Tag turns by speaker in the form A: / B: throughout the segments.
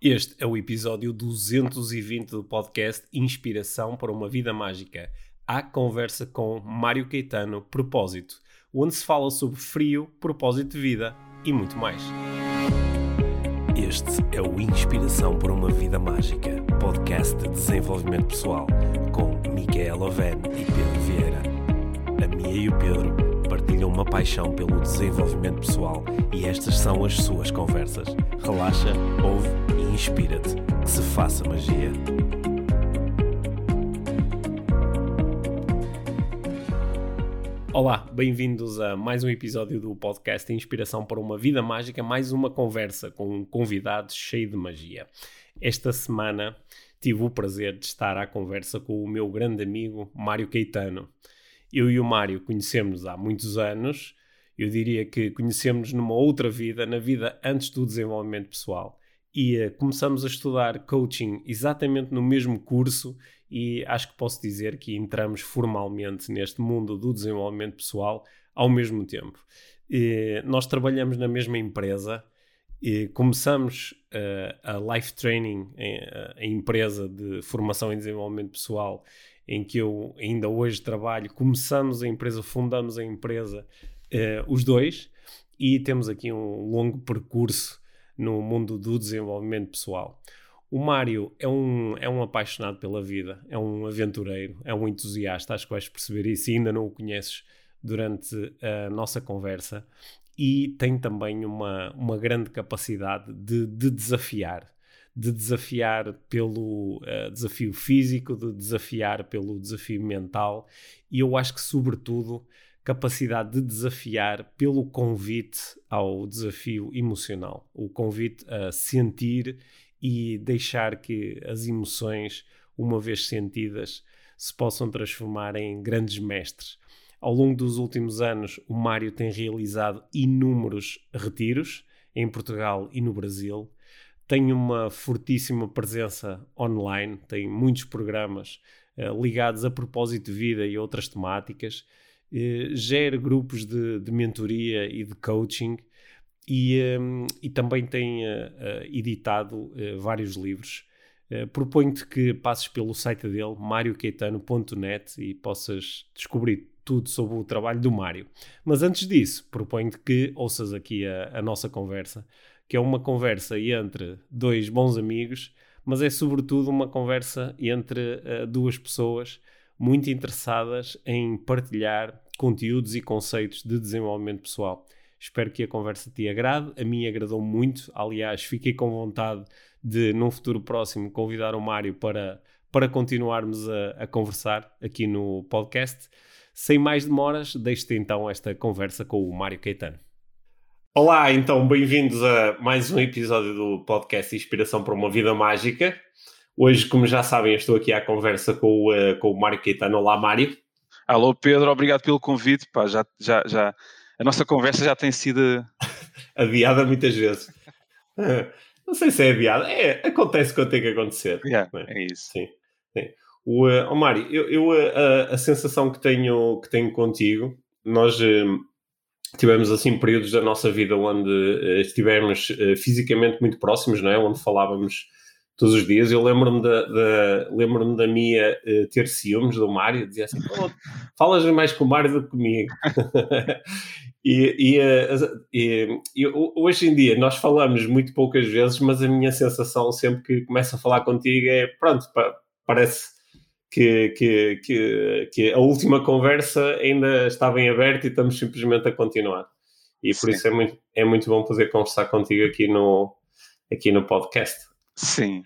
A: Este é o episódio 220 do podcast Inspiração para uma Vida Mágica. Há conversa com Mário Caetano, Propósito, onde se fala sobre frio, propósito de vida e muito mais. Este é o Inspiração para uma Vida Mágica, podcast de desenvolvimento pessoal, com Micaela Oven e Pedro Vieira. A Mia e o Pedro partilham uma paixão pelo desenvolvimento pessoal e estas são as suas conversas. Relaxa, ouve e inspira-te. Que se faça magia. Olá, bem-vindos a mais um episódio do podcast Inspiração para uma Vida Mágica, mais uma conversa com um convidado cheio de magia. Esta semana tive o prazer de estar à conversa com o meu grande amigo Mário Caetano. Eu e o Mário conhecemos-nos há muitos anos. Eu diria que conhecemos-nos numa outra vida, na vida antes do desenvolvimento pessoal. E começamos a estudar coaching exatamente no mesmo curso e acho que posso dizer que entramos formalmente neste mundo do desenvolvimento pessoal ao mesmo tempo. Nós trabalhamos na mesma empresa. Começamos a Life Training, a empresa de formação e desenvolvimento pessoal, em que eu ainda hoje trabalho. Começamos a empresa, fundamos a empresa, os dois, e temos aqui um longo percurso no mundo do desenvolvimento pessoal. O Mário é um apaixonado pela vida, é um aventureiro, é um entusiasta, acho que vais perceber isso, e ainda não o conheces durante a nossa conversa, e tem também uma grande capacidade de desafiar pelo desafio físico, de desafiar pelo desafio mental, e eu acho que, sobretudo, capacidade de desafiar pelo convite ao desafio emocional, o convite a sentir e deixar que as emoções, uma vez sentidas, se possam transformar em grandes mestres. Ao longo dos últimos anos, o Mário tem realizado inúmeros retiros em Portugal e no Brasil. Tem uma fortíssima presença online, tem muitos programas ligados a propósito de vida e outras temáticas. Gera grupos de mentoria e de coaching e também tem editado vários livros. Proponho-te que passes pelo site dele, mariocaetano.net, e possas descobrir tudo sobre o trabalho do Mário. Mas antes disso, proponho-te que ouças aqui a nossa conversa, que é uma conversa entre dois bons amigos, mas é sobretudo uma conversa entre duas pessoas muito interessadas em partilhar conteúdos e conceitos de desenvolvimento pessoal. Espero que a conversa te agrade. A mim agradou muito. Aliás, fiquei com vontade de, num futuro próximo, convidar o Mário para continuarmos a conversar aqui no podcast. Sem mais demoras, deixo-te então esta conversa com o Mário Caetano. Olá, então, bem-vindos a mais um episódio do podcast Inspiração para uma Vida Mágica. Hoje, como já sabem, estou aqui à conversa com o Mário Caetano. Olá, Mário.
B: Alô, Pedro, obrigado pelo convite. Pá, já, a nossa conversa já tem sido
A: adiada muitas vezes. Não sei se é adiada. Acontece quando tem que acontecer.
B: É isso.
A: Sim. Mário, a sensação que tenho contigo, nós tivemos assim períodos da nossa vida onde estivemos fisicamente muito próximos, não é? Onde falávamos todos os dias. Eu lembro-me da Mia ter ciúmes do Mário, dizia assim: falas mais com o Mário do que comigo. e hoje em dia nós falamos muito poucas vezes, mas a minha sensação sempre que começo a falar contigo é, pronto, parece que a última conversa ainda estava em aberto e estamos simplesmente a continuar. E por isso é muito bom poder conversar contigo aqui no podcast.
B: Sim.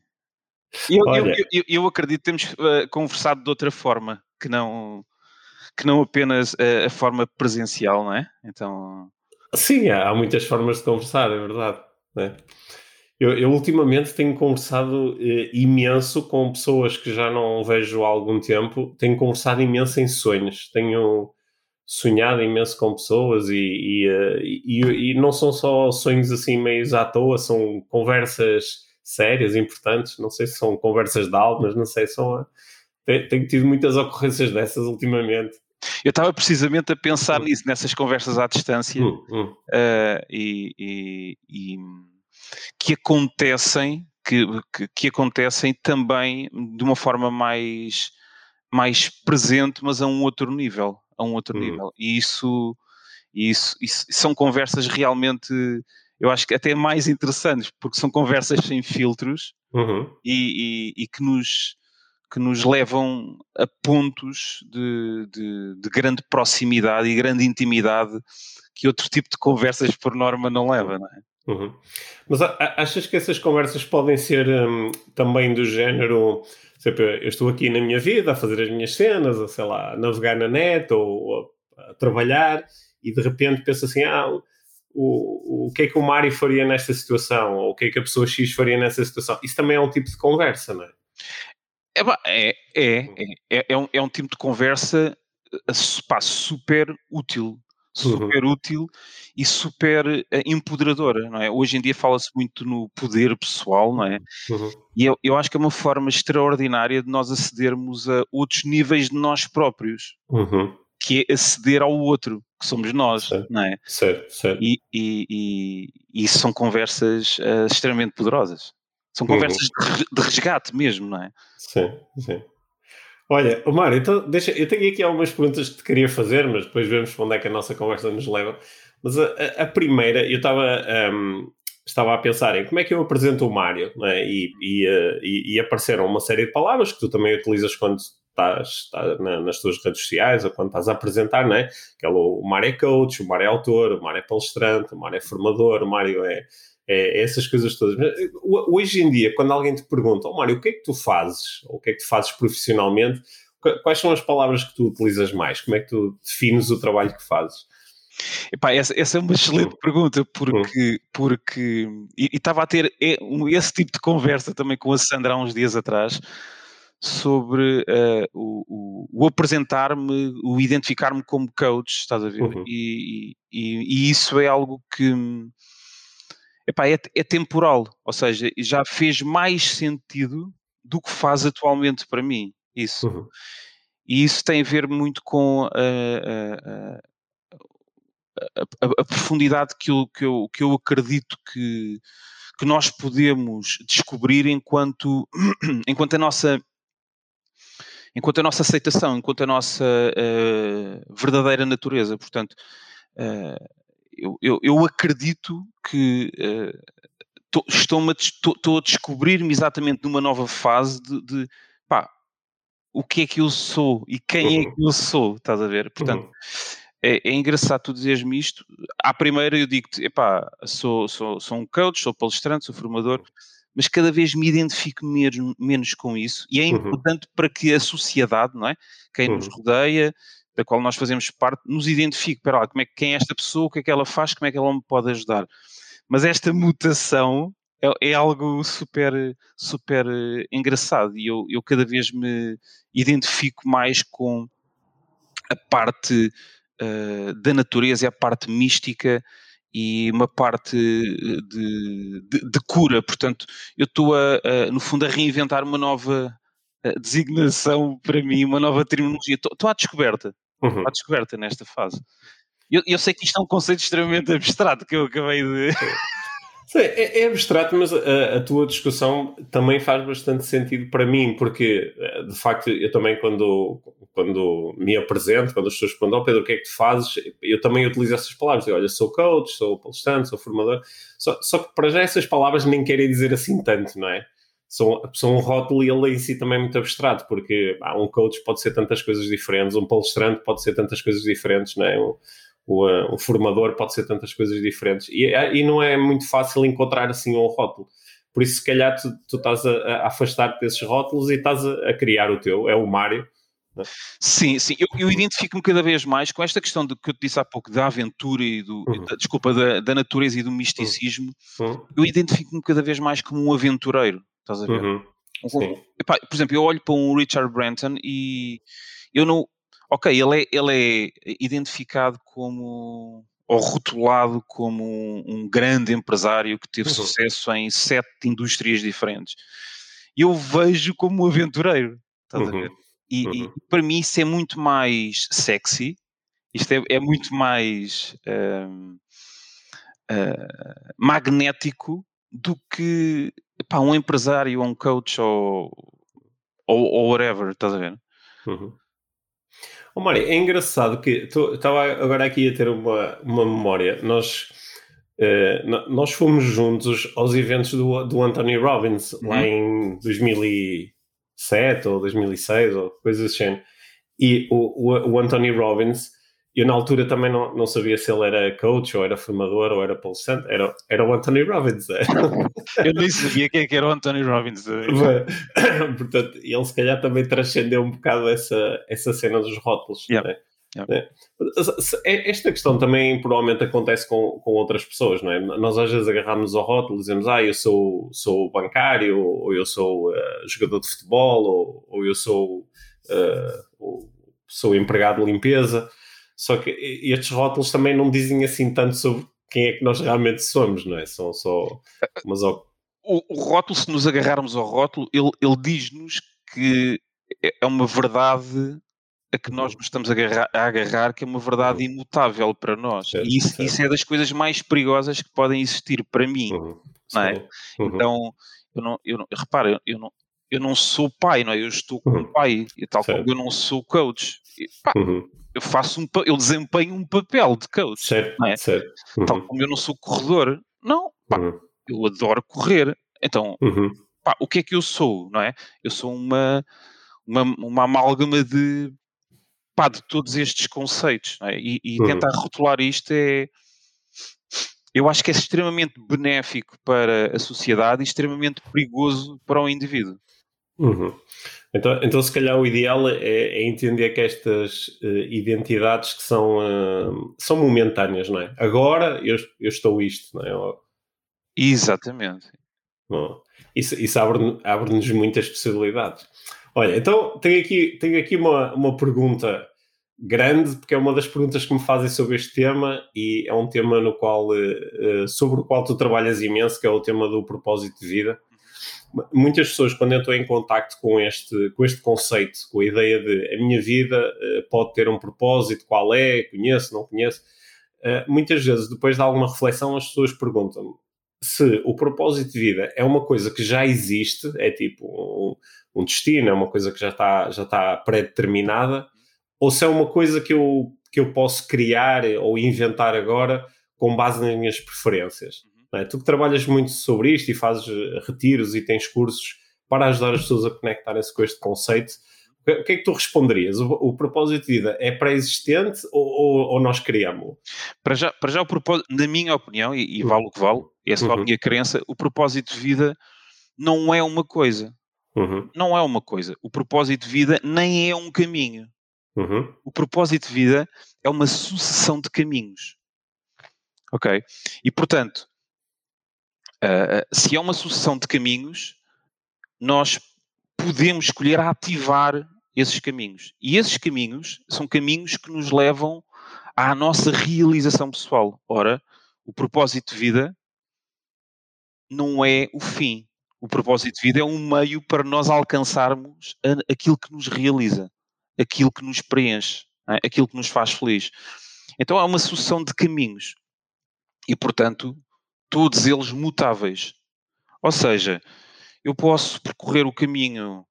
B: Eu acredito que temos conversado de outra forma, que não apenas a forma presencial, não é? Então...
A: Sim, há muitas formas de conversar, é verdade. Né? Eu ultimamente tenho conversado imenso com pessoas que já não vejo há algum tempo. Tenho conversado imenso em sonhos. Tenho sonhado imenso com pessoas e não são só sonhos assim meios à toa, são conversas sérias, importantes. Não sei se são conversas de almas, não sei, tenho tido muitas ocorrências dessas ultimamente.
B: Eu estava precisamente a pensar nisso, nessas conversas à distância, e que acontecem que acontecem também de uma forma mais presente, mas a um outro nível. E isso são conversas realmente, eu acho que até mais interessantes, porque são conversas sem filtros
A: Uhum.
B: e que nos levam a pontos de grande proximidade e grande intimidade que outro tipo de conversas, por norma, não leva, não é?
A: Uhum. Mas achas que essas conversas podem ser também do género, sempre, eu estou aqui na minha vida a fazer as minhas cenas, a, sei lá, a navegar na net ou a trabalhar e de repente penso assim, o que é que o Mário faria nesta situação? Ou o que é que a pessoa X faria nessa situação? Isso também é um tipo de conversa, não é?
B: É um tipo de conversa pá,
A: Uhum.
B: super útil e super empoderadora, não é? Hoje em dia fala-se muito no poder pessoal, não é?
A: Uhum.
B: E eu acho que é uma forma extraordinária de nós acedermos a outros níveis de nós próprios,
A: Uhum.
B: que é aceder ao outro, que somos nós,
A: Certo,
B: não é?
A: certo, certo.
B: E isso são conversas extremamente poderosas. São
A: Uhum.
B: conversas de resgate mesmo, não é?
A: Sim, sim. Olha, Mário, então deixa, eu tenho aqui algumas perguntas que te queria fazer, mas depois vemos para onde é que a nossa conversa nos leva. Mas a primeira, eu estava a pensar em como é que eu apresento o Mário, não é? E apareceram uma série de palavras que tu também utilizas quando estás nas tuas redes sociais ou quando estás a apresentar, não é? Que é o Mário é coach, o Mário é autor, o Mário é palestrante, o Mário é formador, o Mário é essas coisas todas. Hoje em dia, quando alguém te pergunta, Mário, o que é que tu fazes? Ou o que é que tu fazes profissionalmente? Quais são as palavras que tu utilizas mais? Como é que tu defines o trabalho que fazes?
B: Epá, essa é uma excelente pergunta,
A: Hum,
B: e estava a ter esse tipo de conversa também com a Sandra há uns dias atrás, sobre o apresentar-me, o identificar-me como coach, estás a ver?
A: uhum,
B: E isso é algo que, epá, é temporal, ou seja, já fez mais sentido do que faz atualmente para mim, isso.
A: uhum,
B: E isso tem a ver muito com a profundidade que eu acredito que nós podemos descobrir enquanto a nossa aceitação, enquanto a nossa verdadeira natureza. Portanto, uh, eu acredito que estou a descobrir-me exatamente numa nova fase pá, o que é que eu sou e quem é que
A: uhum,
B: eu sou, estás a ver? Portanto,
A: uhum,
B: é engraçado tu dizeres-me isto. À primeira eu digo-te, epá, sou um coach, sou palestrante, sou formador, mas cada vez me identifico menos com isso e é
A: uhum,
B: importante para que a sociedade, não é? Quem nos
A: uhum,
B: rodeia, da qual nós fazemos parte, nos identifique. Espera lá, quem é esta pessoa, o que é que ela faz, como é que ela me pode ajudar? Mas esta mutação é algo super engraçado e eu cada vez me identifico mais com a parte da natureza e a parte mística e uma parte de cura. Portanto, eu estou no fundo, a reinventar uma nova designação para mim, uma nova terminologia. Estou à
A: uhum.
B: descoberta nesta fase. Eu sei que isto é um conceito extremamente abstrato que eu acabei de.
A: Sim, é abstrato, mas a tua discussão também faz bastante sentido para mim, porque de facto eu também quando me apresento, quando as pessoas perguntam, oh, Pedro, o que é que tu fazes? Eu também utilizo essas palavras. Eu, olha, sou coach, sou palestrante, sou formador. Só que para já essas palavras nem querem dizer assim tanto, não é? São um rótulo e ele em si também é muito abstrato, porque um coach pode ser tantas coisas diferentes, um palestrante pode ser tantas coisas diferentes, não é? O formador pode ser tantas coisas diferentes e não é muito fácil encontrar assim um rótulo. Por isso, se calhar, tu estás a afastar-te desses rótulos e estás a criar o teu, é o Mário. Né?
B: Sim, sim, eu identifico-me cada vez mais com esta questão que eu te disse há pouco, da aventura
A: Uhum,
B: desculpa, da natureza e do
A: uhum,
B: misticismo.
A: uhum,
B: Eu identifico-me cada vez mais como um aventureiro, estás a ver?
A: uhum. Sim.
B: Epá, por exemplo, eu olho para um Richard Branson e eu não. Ok, ele é identificado como, ou rotulado como um grande empresário que teve
A: Uhum,
B: sucesso em 7 indústrias diferentes. Eu vejo como um aventureiro, estás a ver?
A: uhum,
B: E
A: uhum,
B: para mim isso é muito mais sexy, isto é muito mais magnético do que um empresário ou um coach ou whatever, estás a ver?
A: Uhum. Oh, Mário, é engraçado que estava agora aqui a ter uma memória. Nós fomos juntos aos eventos do Anthony Robbins lá em 2007 ou 2006 ou coisas assim. E o Anthony Robbins, eu na altura também não sabia se ele era coach ou era formador ou era palestrante. Era o Anthony Robbins.
B: Eu nem sabia quem é que era o Anthony Robbins.
A: Portanto, ele se calhar também transcendeu um bocado essa cena dos rótulos.
B: Yeah.
A: Né?
B: Yeah.
A: Esta questão também provavelmente acontece com outras pessoas, não é? Nós às vezes agarramos ao rótulo e dizemos, eu sou bancário, ou eu sou jogador de futebol, ou eu sou empregado de limpeza. Só que estes rótulos também não dizem assim tanto sobre quem é que nós realmente somos, não é? São só... Mas,
B: o rótulo, se nos agarrarmos ao rótulo, ele diz-nos que é uma verdade a que nós nos estamos a agarrar, que é uma verdade imutável para nós.
A: Certo,
B: E isso é das coisas mais perigosas que podem existir para mim, não é? Então, repara, eu não sou pai, não é? Eu estou com um pai, e tal como eu não sou coach. Eu desempenho um papel de coach,
A: certo,
B: não é?
A: certo.
B: Tal como eu não sou corredor. Não, eu adoro correr. Então, o que é que eu sou, não é? Eu sou uma amálgama de todos estes conceitos, não é? E tentar rotular isto eu acho que é extremamente benéfico para a sociedade e extremamente perigoso para o indivíduo.
A: Então, se calhar o ideal é entender que estas identidades que são momentâneas, não é? Agora eu estou isto, não é?
B: Exatamente.
A: Bom, isso abre-nos muitas possibilidades. Olha, então tenho aqui uma pergunta grande, porque é uma das perguntas que me fazem sobre este tema e é um tema sobre o qual tu trabalhas imenso, que é o tema do propósito de vida. Muitas pessoas, quando entram em contacto com este conceito, com a ideia de a minha vida pode ter um propósito, qual é, conheço, não conheço, muitas vezes, depois de alguma reflexão, as pessoas perguntam-me se o propósito de vida é uma coisa que já existe, é tipo um destino, é uma coisa que já está pré-determinada, ou se é uma coisa que eu posso criar ou inventar agora com base nas minhas preferências. Não é? Tu que trabalhas muito sobre isto e fazes retiros e tens cursos para ajudar as pessoas a conectarem-se com este conceito, o que é que tu responderias? O propósito de vida é pré-existente ou nós criamos?
B: Para já o propósito, na minha opinião, e vale o que vale, é só a minha crença, o propósito de vida não é uma coisa. Não é uma coisa. O propósito de vida nem é um caminho. O propósito de vida é uma sucessão de caminhos. Ok? E, portanto, se é uma sucessão de caminhos, nós podemos escolher ativar esses caminhos. E esses caminhos são caminhos que nos levam à nossa realização pessoal. Ora, o propósito de vida não é o fim. O propósito de vida é um meio para nós alcançarmos aquilo que nos realiza, aquilo que nos preenche, aquilo que nos faz feliz. Então há uma sucessão de caminhos e, portanto, todos eles mutáveis. Ou seja, eu posso percorrer o caminho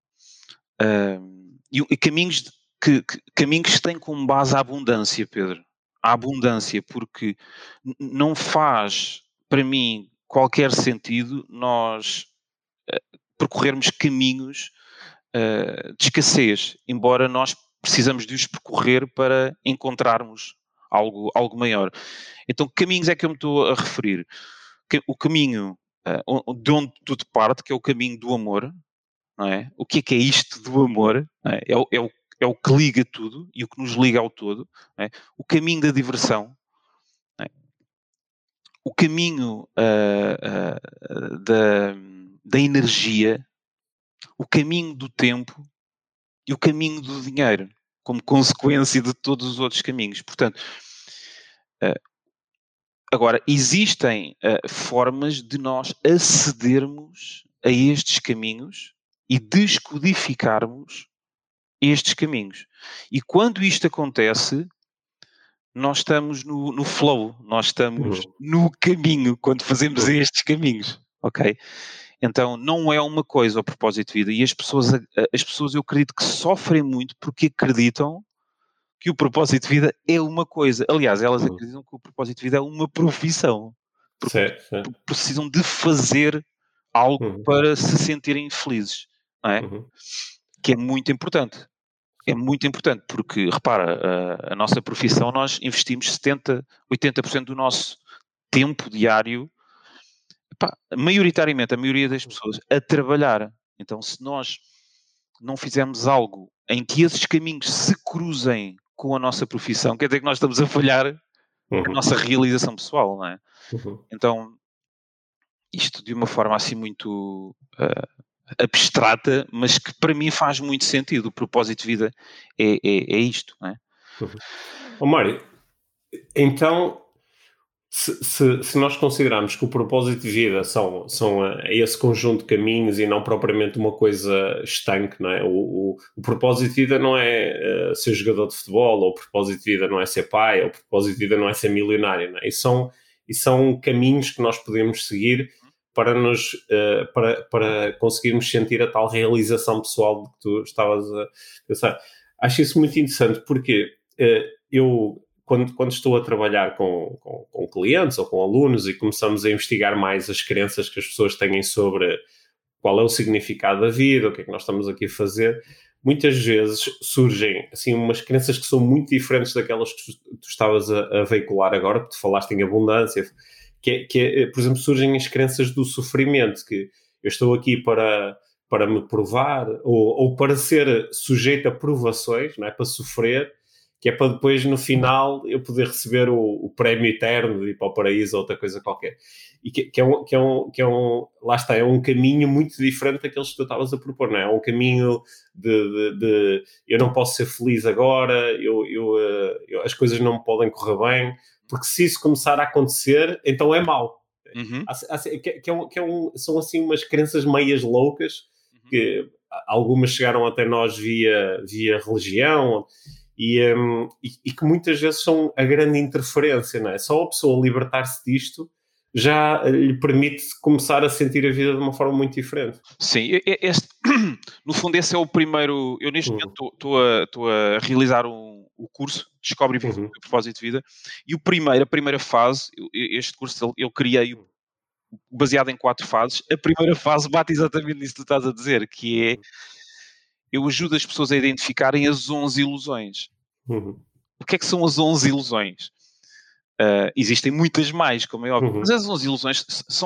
B: e caminhos que têm como base a abundância, Pedro. A abundância, porque não faz, para mim, qualquer sentido nós percorrermos caminhos de escassez, embora nós precisamos de os percorrer para encontrarmos algo maior. Então, que caminhos é que eu me estou a referir? O caminho de onde tudo parte, que é o caminho do amor, não é? O que é isto do amor? É o que liga tudo e o que nos liga ao todo. Não é? O caminho da diversão, não é? O caminho da energia, o caminho do tempo e o caminho do dinheiro, como consequência de todos os outros caminhos. Portanto, agora, existem formas de nós acedermos a estes caminhos e descodificarmos estes caminhos. E quando isto acontece, nós estamos no flow, nós estamos no caminho, quando fazemos estes caminhos. ok? Então, não é uma coisa o propósito de vida, e as pessoas eu acredito que sofrem muito porque acreditam que o propósito de vida é uma coisa. Aliás, elas acreditam que o propósito de vida é uma profissão. Porque
A: Certo, certo.
B: precisam de fazer algo
A: Uhum,
B: para se sentirem felizes, não é?
A: uhum.
B: Que é muito importante. É muito importante, porque, repara, a nossa profissão, nós investimos 70, 80% do nosso tempo diário, maioritariamente, a maioria das pessoas, a trabalhar. Então, se nós não fizermos algo em que esses caminhos se cruzem com a nossa profissão, quer dizer que nós estamos a falhar a
A: Uhum,
B: nossa realização pessoal, não é?
A: uhum.
B: Então, isto de uma forma assim muito abstrata, mas que para mim faz muito sentido. O propósito de vida é isto, não é?
A: Uhum. Ó Mário, então, se nós considerarmos que o propósito de vida são esse conjunto de caminhos e não propriamente uma coisa estanque, não é? O propósito de vida não é ser jogador de futebol, ou o propósito de vida não é ser pai, ou o propósito de vida não é ser milionário, não é? E são caminhos que nós podemos seguir para conseguirmos sentir a tal realização pessoal de que tu estavas a pensar. Acho isso muito interessante porque eu, quando estou a trabalhar com clientes ou com alunos e começamos a investigar mais as crenças que as pessoas têm sobre qual é o significado da vida, o que é que nós estamos aqui a fazer, muitas vezes surgem assim umas crenças que são muito diferentes daquelas que tu estavas a veicular agora, porque tu falaste em abundância, por exemplo, surgem as crenças do sofrimento, que eu estou aqui para me provar ou para ser sujeito a provações, não é? Para sofrer, que é para depois no final eu poder receber o prémio eterno de ir para o paraíso ou outra coisa qualquer. E lá está, é um caminho muito diferente daqueles que tu estavas a propor, não é? É um caminho de eu não posso ser feliz agora, as coisas não me podem correr bem, porque se isso começar a acontecer, então é mau.
B: Uhum,
A: São assim umas crenças meias loucas
B: uhum.
A: que algumas chegaram até nós via religião e que muitas vezes são a grande interferência, não é? Só a pessoa libertar-se disto já lhe permite começar a sentir a vida de uma forma muito diferente.
B: Sim, no fundo, esse é o primeiro. Eu, neste
A: Uhum,
B: momento, estou a realizar o curso Descobre e Vive o
A: uhum,
B: teu propósito de vida. E a primeira fase, este curso eu criei baseado em 4 fases. A primeira fase bate exatamente nisso que tu estás a dizer, que é
A: uhum,
B: eu ajudo as pessoas a identificarem as 11 ilusões.
A: uhum,
B: O que é que são as 11 ilusões? Existem muitas mais, como é óbvio, mas
A: uhum,
B: as 11 ilusões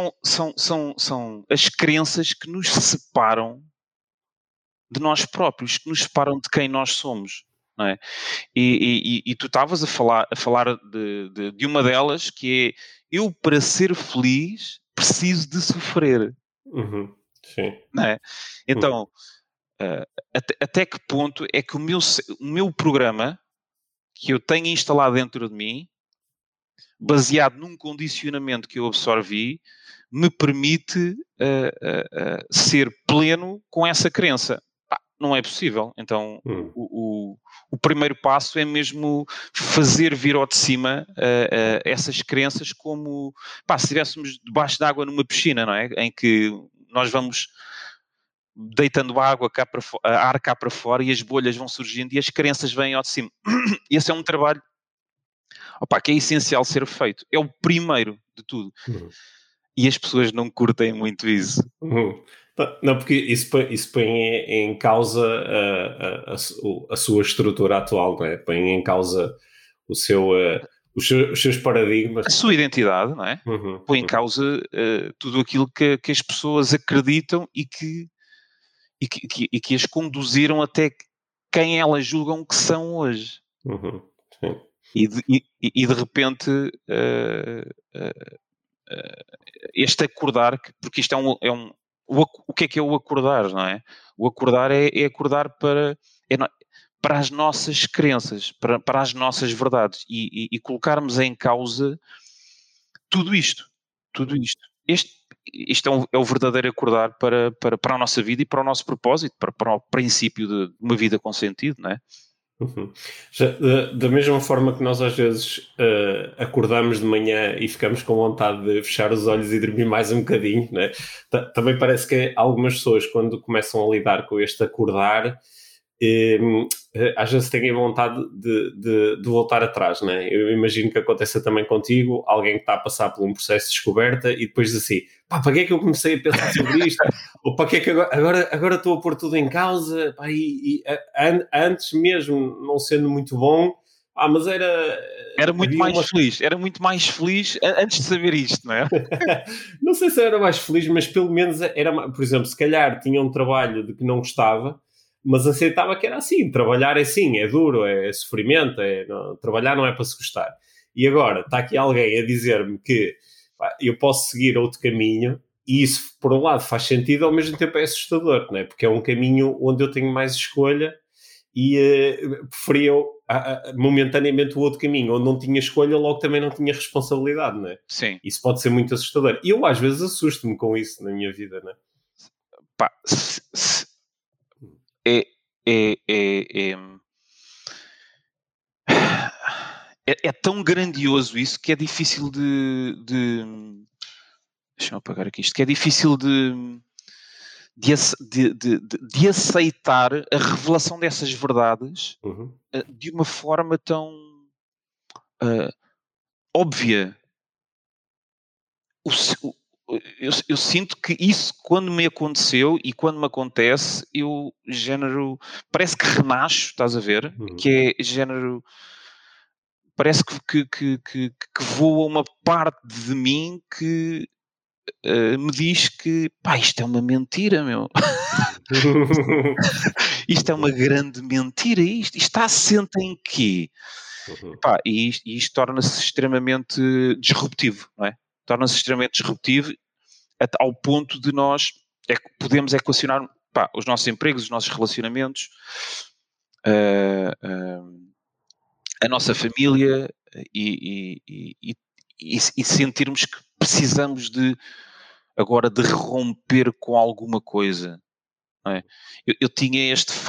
B: são as crenças que nos separam de nós próprios, que nos separam de quem nós somos. Não é? E tu estavas a falar de uma delas, que é eu, para ser feliz, preciso de sofrer.
A: uhum. Sim.
B: Não é?
A: Uhum,
B: Então, até que ponto é que o meu programa que eu tenho instalado dentro de mim, baseado num condicionamento que eu absorvi, me permite ser pleno com essa crença? Não é possível. Então,
A: uhum,
B: o primeiro passo é mesmo fazer vir ao de cima essas crenças como se estivéssemos debaixo d'água numa piscina, não é? Em que nós vamos deitando água ar cá para fora e as bolhas vão surgindo e as crenças vêm ao de cima. Esse é um trabalho que é essencial ser feito. É o primeiro de tudo.
A: uhum.
B: E as pessoas não curtem muito isso.
A: Uhum. Não, porque isso põe em causa a sua estrutura atual, não é? Põe em causa o seu, os seus paradigmas.
B: A sua identidade, não é?
A: Uhum,
B: Põe em
A: uhum,
B: causa tudo aquilo que as pessoas acreditam e que as conduziram até quem elas julgam que são hoje.
A: uhum, sim.
B: E de repente, uh, este acordar, porque isto o que é o acordar, não é? O acordar é acordar para as nossas crenças, para as nossas verdades e colocarmos em causa tudo isto. Tudo isto. Isto é o verdadeiro acordar para a nossa vida e para o nosso propósito, para o princípio de uma vida com sentido, não é?
A: Uhum. Da mesma forma que nós às vezes acordamos de manhã e ficamos com vontade de fechar os olhos e dormir mais um bocadinho, né? Também parece que algumas pessoas, quando começam a lidar com este acordar, eh, às vezes têm vontade de voltar atrás, né? Eu imagino que aconteça também contigo, alguém que está a passar por um processo de descoberta e depois diz assim, pá, para que é que eu comecei a pensar sobre isto? Ou para que é que agora estou a pôr tudo em causa? Pá, antes mesmo não sendo muito bom, mas havia uma.
B: Era muito mais feliz antes de saber isto, não é?
A: Não sei se eu era mais feliz, mas pelo menos era, por exemplo, se calhar tinha um trabalho de que não gostava, mas aceitava que era assim, trabalhar é assim, é duro, é sofrimento, trabalhar não é para se gostar. E agora está aqui alguém a dizer-me que pá, eu posso seguir outro caminho, e isso por um lado faz sentido, ao mesmo tempo é assustador, não é? Porque é um caminho onde eu tenho mais escolha e preferia momentaneamente o outro caminho, onde não tinha escolha, logo também não tinha responsabilidade, não é?
B: Sim.
A: Isso pode ser muito assustador. E eu às vezes assusto-me com isso na minha vida, não é?
B: Pá, é, é, é, é, é tão grandioso isso que é difícil deixa-me apagar aqui isto, que é difícil de aceitar a revelação dessas verdades
A: Uhum.
B: de uma forma tão óbvia. Eu sinto que isso, quando me aconteceu e quando me acontece, eu género. Parece que renasço, estás a ver?
A: Uhum.
B: Que é género. Parece que voa uma parte de mim que me diz que pá, isto é uma mentira, meu. Isto é uma grande mentira. Isto está assente em quê?
A: Uhum.
B: Pá, e isto torna-se extremamente disruptivo, não é? Torna-se extremamente disruptivo ao ponto de nós podemos equacionar pá, os nossos empregos, os nossos relacionamentos, a nossa família e sentirmos que precisamos agora de romper com alguma coisa. Não é? Eu tinha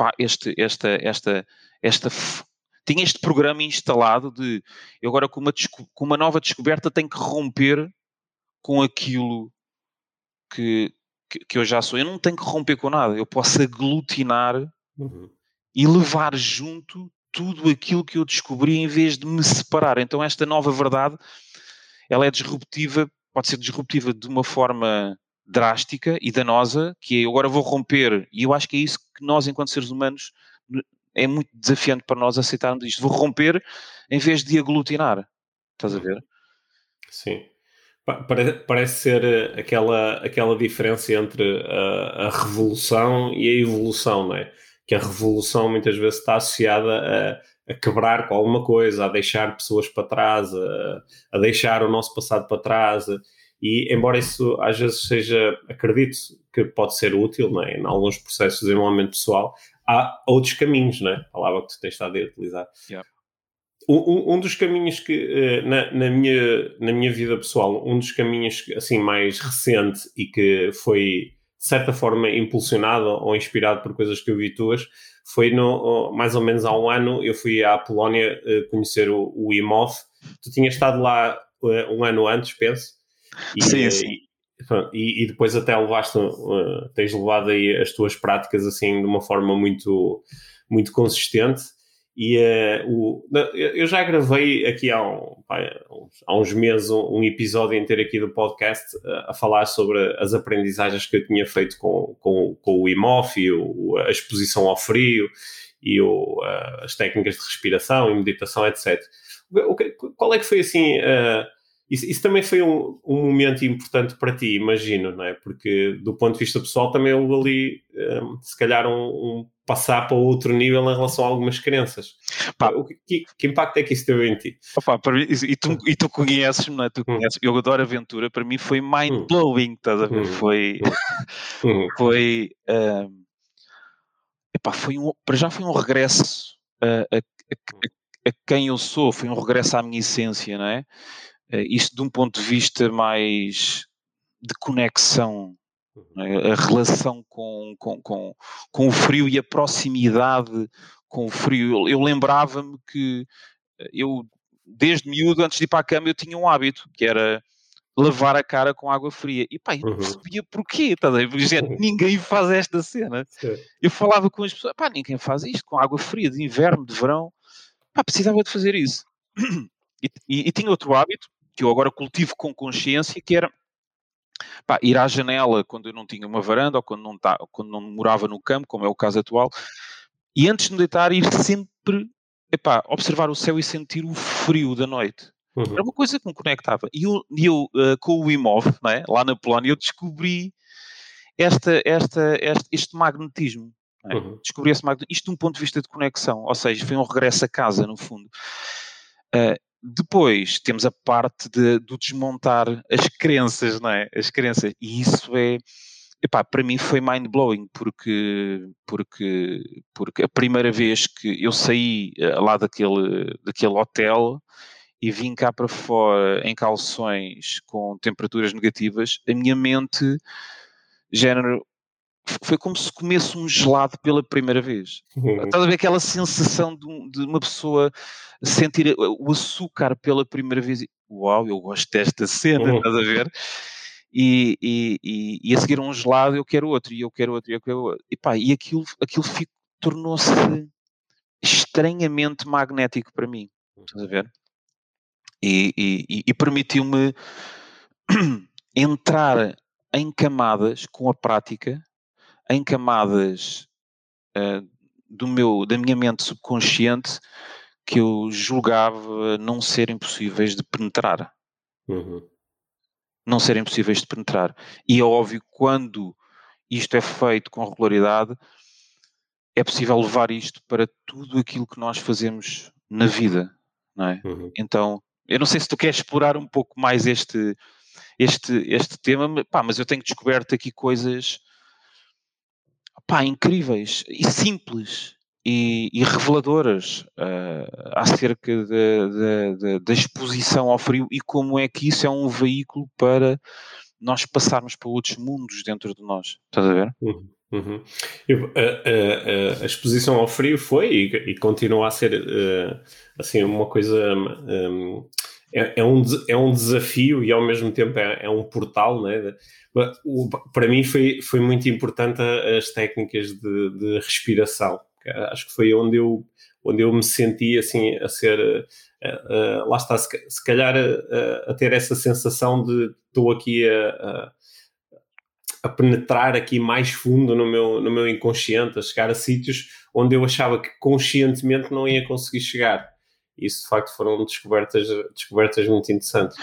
B: esta tinha este programa instalado de eu agora com uma nova descoberta tenho que romper com aquilo que, que eu já sou. Eu não tenho que romper com nada. Eu posso aglutinar
A: Uhum.
B: e levar junto tudo aquilo que eu descobri em vez de me separar. Então esta nova verdade, ela é disruptiva, pode ser disruptiva de uma forma drástica e danosa, que é eu agora vou romper, e eu acho que é isso que nós, enquanto seres humanos, é muito desafiante para nós aceitarmos isto. Vou romper em vez de aglutinar. Estás a
A: Uhum.
B: ver?
A: Sim. Parece ser aquela diferença entre a revolução e a evolução, não é? Que a revolução muitas vezes está associada a quebrar com alguma coisa, a deixar pessoas para trás, a deixar o nosso passado para trás. E embora isso às vezes seja, acredito que pode ser útil, não é? Em alguns processos de desenvolvimento pessoal, há outros caminhos, não é? A palavra que tu tens estado a utilizar.
B: Yeah.
A: Um dos caminhos que, na minha vida pessoal, um dos caminhos assim mais recente e que foi, de certa forma, impulsionado ou inspirado por coisas que eu vi tuas, foi mais ou menos há um ano, eu fui à Polónia conhecer o IMOF. Tu tinhas estado lá um ano antes, penso, e,
B: Sim,
A: eh,
B: sim.
A: e depois até tens levado aí as tuas práticas assim de uma forma muito, muito consistente. E eu já gravei aqui há uns meses um episódio inteiro aqui do podcast a falar sobre as aprendizagens que eu tinha feito com o IMOF e a exposição ao frio e as técnicas de respiração e meditação, etc. Qual é que foi assim? Isso também foi um momento importante para ti, imagino, não é? Porque do ponto de vista pessoal também houve ali, se calhar, um passar para outro nível em relação a algumas crenças.
B: Pá,
A: Que impacto é que isso teve em ti?
B: opa, para mim, e tu conheces-me, não é? Tu
A: Hum,
B: conheces, eu adoro aventura, para mim foi
A: hum,
B: mind-blowing, estás a ver?
A: hum, hum, hum,
B: Foi, epá, para já foi um regresso a quem eu sou, foi um regresso à minha essência, não é? Isto de um ponto de vista mais de conexão, não é? A relação com o frio e a proximidade com o frio. Eu lembrava-me que eu, desde miúdo, antes de ir para a cama, eu tinha um hábito, que era lavar a cara com água fria. E pá, eu não percebia porquê, estás a ver? Porque, gente, ninguém faz esta cena.
A: Sim.
B: Eu falava com as pessoas, pá, ninguém faz isto com água fria, de inverno, de verão. Pá, precisava de fazer isso. E tinha outro hábito, que eu agora cultivo com consciência, que era, pá, ir à janela quando eu não tinha uma varanda, ou quando não morava no campo, como é o caso atual, e antes de me deitar, ir sempre, epá, observar o céu e sentir o frio da noite. Era uma coisa que me conectava. E eu com o Wim Hof, não é? Lá na Polónia, eu descobri este magnetismo. Não é? Descobri esse magnetismo. Isto de um ponto de vista de conexão. Ou seja, foi um regresso a casa, no fundo. Depois temos a parte do desmontar as crenças, não é? As crenças. E isso é... Epá, para mim foi mind-blowing, porque a primeira vez que eu saí lá daquele hotel e vim cá para fora em calções com temperaturas negativas, a minha mente, género, foi como se comesse um gelado pela primeira vez. Estás a ver aquela sensação de uma pessoa sentir o açúcar pela primeira vez? Uau, eu gosto desta cena, estás a ver? E a seguir um gelado eu quero outro, e eu quero outro, e eu quero outro. E pá, e aquilo tornou-se estranhamente magnético para mim, estás a ver? E permitiu-me entrar em camadas com a prática, em camadas da minha mente subconsciente que eu julgava não serem possíveis de penetrar. Não serem possíveis de penetrar. E é óbvio que quando isto é feito com regularidade, é possível levar isto para tudo aquilo que nós fazemos na vida, não é? Então, eu não sei se tu queres explorar um pouco mais este tema, pá, mas eu tenho descoberto aqui coisas, pá, incríveis e simples e reveladoras acerca da exposição ao frio e como é que isso é um veículo para nós passarmos para outros mundos dentro de nós. Estás a ver?
A: A exposição ao frio foi e continua a ser assim uma coisa é um desafio e ao mesmo tempo é um portal, né? Para mim foi muito importante as técnicas de respiração. Acho que foi onde eu me senti assim a ser lá está, se calhar a ter essa sensação de estou aqui a penetrar aqui mais fundo no meu inconsciente, a chegar a sítios onde eu achava que conscientemente não ia conseguir chegar. Isso, de facto, foram descobertas muito interessantes.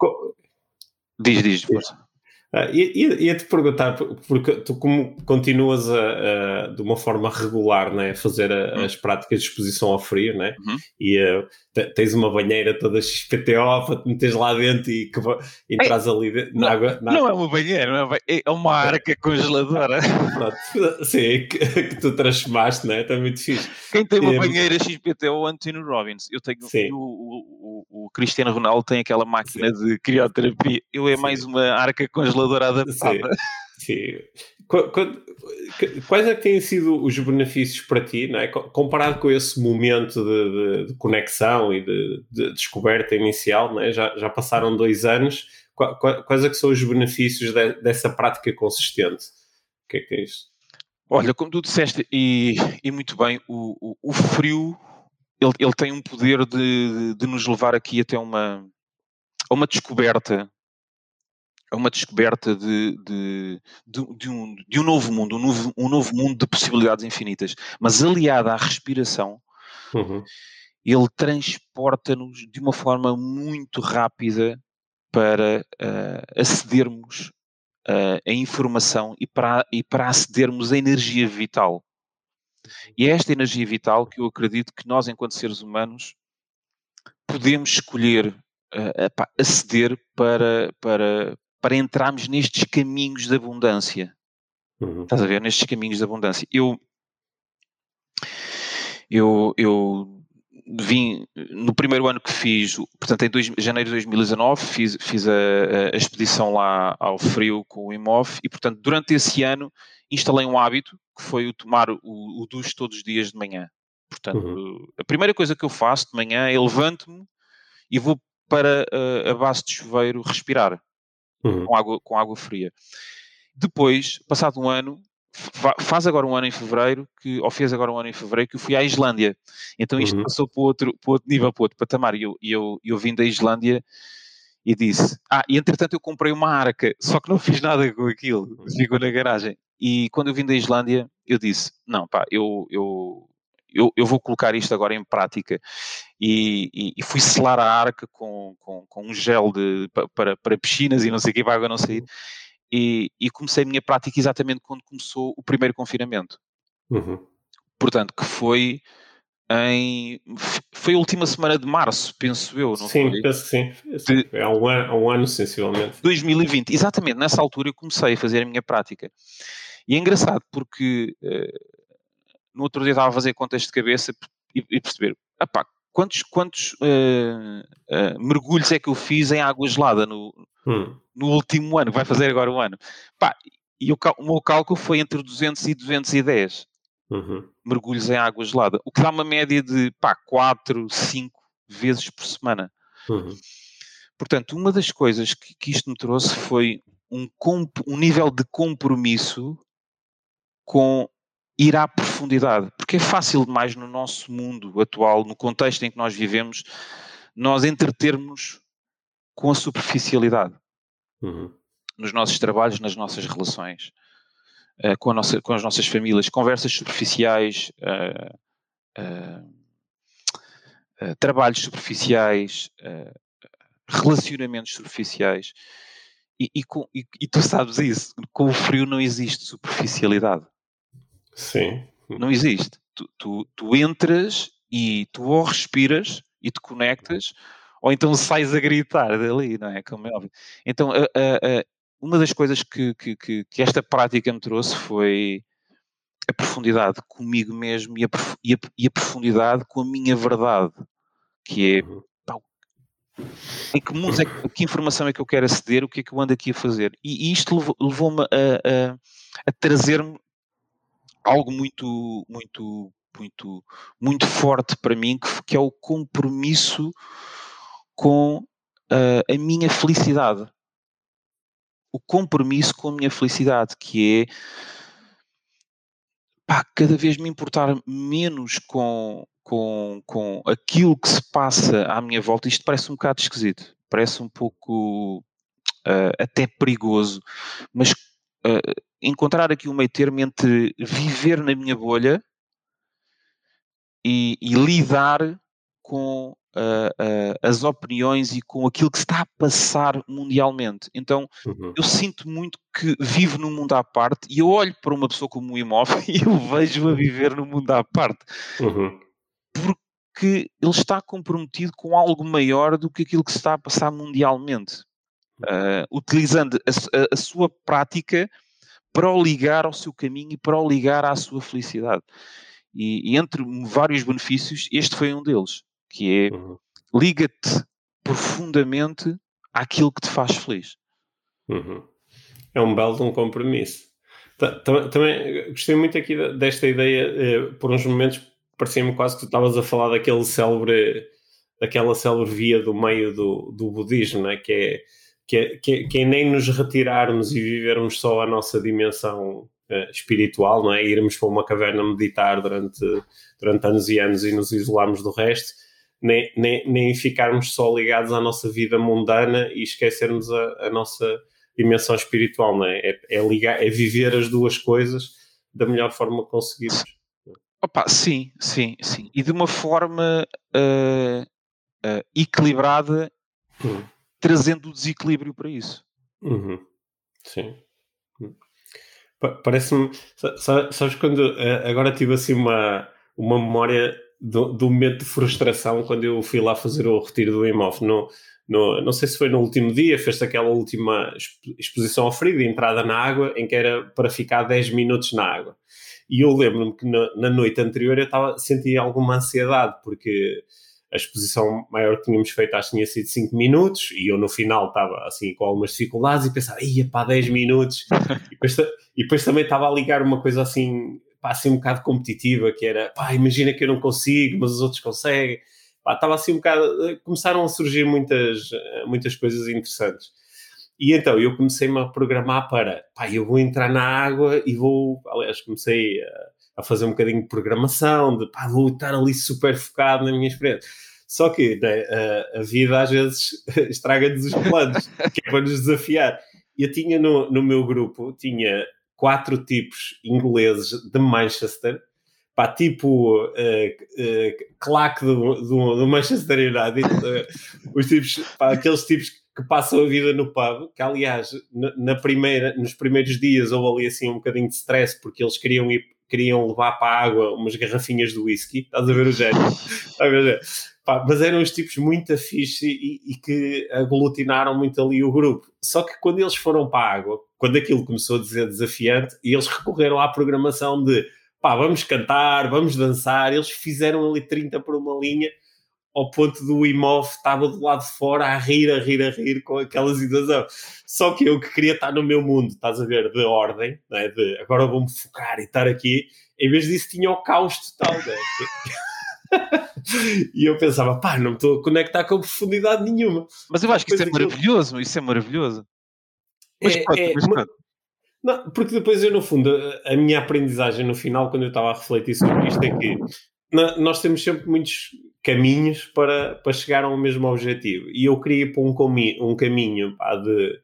B: Diz, força.
A: Ia-te perguntar, porque tu como continuas de uma forma regular, né, a fazer as práticas de exposição ao frio, né? E tens uma banheira toda XPTO para te meteres lá dentro e entras ali na água.
B: Não é uma banheira, é uma arca congeladora.
A: Sim, que tu transformaste, né? Está muito fixe.
B: Quem tem uma banheira XPTO é o Anthony Robbins. Eu tenho o Cristiano Ronaldo tem aquela máquina de crioterapia. Eu é mais uma arca congeladora adaptada.
A: Sim. Quais é que têm sido os benefícios para ti, não é? Comparado com esse momento de conexão e de descoberta inicial, não é? Já passaram 2 anos. Quais é que são os benefícios dessa prática consistente? O que é isso?
B: Olha, como tu disseste, e muito bem, o frio ele tem um poder de nos levar aqui até a uma descoberta. A uma descoberta de um novo mundo, um novo mundo de possibilidades infinitas. Mas aliada à respiração, ele transporta-nos de uma forma muito rápida para acedermos a informação e para acedermos à energia vital. E é esta energia vital que eu acredito que nós, enquanto seres humanos, podemos escolher aceder para entrarmos nestes caminhos de abundância. Estás a ver? Nestes caminhos de abundância. Eu vim, no primeiro ano que fiz, portanto em janeiro de 2019, fiz a expedição lá ao frio com o Wim Hof e, portanto, durante esse ano instalei um hábito que foi o tomar o duche todos os dias de manhã. Portanto, a primeira coisa que eu faço de manhã é levanto-me e vou para a base de chuveiro respirar com água fria. Depois, passado um ano, faz agora um ano em fevereiro, fez agora um ano em fevereiro, que eu fui à Islândia. Então isto passou para outro nível, para outro patamar. E eu vim da Islândia e disse, e entretanto eu comprei uma arca, só que não fiz nada com aquilo, ficou na garagem. E quando eu vim da Islândia, eu disse, não pá, eu vou colocar isto agora em prática. E fui selar a arca com um gel para piscinas e não sei o que, para a água não sair. E comecei a minha prática exatamente quando começou o primeiro confinamento. Portanto, que foi a última semana de março, penso eu, não foi?
A: Sim, penso que sim. Há um ano, sensivelmente.
B: 2020, exatamente, nessa altura eu comecei a fazer a minha prática. E é engraçado porque no outro dia estava a fazer contas de cabeça e perceber, quantos mergulhos é que eu fiz em água gelada no último ano, vai fazer agora um ano. E o meu cálculo foi entre 200 e 210 mergulhos em água gelada, o que dá uma média de 4, 5 vezes por semana. Portanto, uma das coisas que isto me trouxe foi um nível de compromisso com ir à profundidade, porque é fácil demais no nosso mundo atual, no contexto em que nós vivemos, nós entretermos com a superficialidade nos nossos trabalhos, nas nossas relações, com as nossas famílias, conversas superficiais, trabalhos superficiais, relacionamentos superficiais. E tu sabes isso, com o frio não existe superficialidade.
A: Sim.
B: Não existe. Tu entras e tu ou respiras e te conectas, ou então sais a gritar dali, não é? Como é óbvio. Então, uma das coisas que esta prática me trouxe foi a profundidade comigo mesmo e a profundidade com a minha verdade, que é em que mundos que informação é que eu quero aceder, o que é que eu ando aqui a fazer. E isto levou-me a trazer-me algo muito, muito, muito, muito forte para mim, que é o compromisso com a minha felicidade. O compromisso com a minha felicidade, que é cada vez me importar menos com aquilo que se passa à minha volta. Isto parece um bocado esquisito, parece um pouco até perigoso, mas encontrar aqui um meio termo entre viver na minha bolha e lidar com as opiniões e com aquilo que se está a passar mundialmente. Então, eu sinto muito que vivo num mundo à parte e eu olho para uma pessoa como o Imóvel e eu vejo-a viver num mundo à parte. Porque ele está comprometido com algo maior do que aquilo que se está a passar mundialmente. Utilizando a sua prática para o ligar ao seu caminho e para o ligar à sua felicidade. E entre vários benefícios, este foi um deles, que é liga-te profundamente àquilo que te faz feliz.
A: É um belo compromisso. Também gostei muito aqui desta ideia, por uns momentos parecia-me quase que tu estavas a falar daquela célebre via do meio do budismo, né? que é nem nos retirarmos e vivermos só a nossa dimensão espiritual, não é? Irmos para uma caverna meditar durante anos e anos e nos isolarmos do resto, nem ficarmos só ligados à nossa vida mundana e esquecermos a nossa dimensão espiritual, não é? É viver as duas coisas da melhor forma que conseguirmos.
B: Sim. E de uma forma equilibrada, trazendo o desequilíbrio para isso.
A: Sim. Parece-me... Sabes quando... Agora tive assim uma memória do momento de frustração quando eu fui lá fazer o retiro do Imóvel. Não sei se foi no último dia, fez-se aquela última exposição ao frio de entrada na água, em que era para ficar 10 minutos na água. E eu lembro-me que na noite anterior eu sentia alguma ansiedade, porque a exposição maior que tínhamos feito acho que tinha sido 5 minutos, e eu no final estava assim com algumas dificuldades e pensava, 10 minutos. E depois também estava a ligar uma coisa assim pá, assim um bocado competitiva, que era, pá, imagina que eu não consigo, mas os outros conseguem. Pá, estava assim um bocado, começaram a surgir muitas coisas interessantes. E então eu comecei-me a programar para, pá, eu vou entrar na água e vou, aliás, comecei a fazer um bocadinho de programação, de, pá, vou estar ali super focado na minha experiência. Só que né, a vida às vezes estraga-nos os planos, que é para nos desafiar. Eu tinha no meu grupo, tinha 4 tipos ingleses de Manchester, pá, tipo claque do Manchester United, os tipos, pá, aqueles tipos que passam a vida no pub, que aliás, nos primeiros dias houve ali assim um bocadinho de stress, porque eles queriam levar para a água umas garrafinhas de whisky, estás a ver o género? Estás a ver? Pá, mas eram os tipos muito fixe e que aglutinaram muito ali o grupo. Só que quando eles foram para a água, quando aquilo começou a ser desafiante, eles recorreram à programação de pá, vamos cantar, vamos dançar. Eles fizeram ali 30 por uma linha, ao ponto do Imov estava do lado de fora a rir com aquela situação. Só que eu que queria estar no meu mundo, estás a ver, de ordem, né, de agora vou-me focar e estar aqui, em vez disso tinha o caos total, né? E eu pensava, pá, não me estou a conectar com profundidade nenhuma.
B: Mas eu acho que isso é maravilhoso, isso é maravilhoso. Mas pronto.
A: Não, porque depois eu, no fundo, a minha aprendizagem no final, quando eu estava a refletir sobre isto, é que nós temos sempre muitos caminhos para chegar ao mesmo objetivo. E eu queria ir para um caminho pá,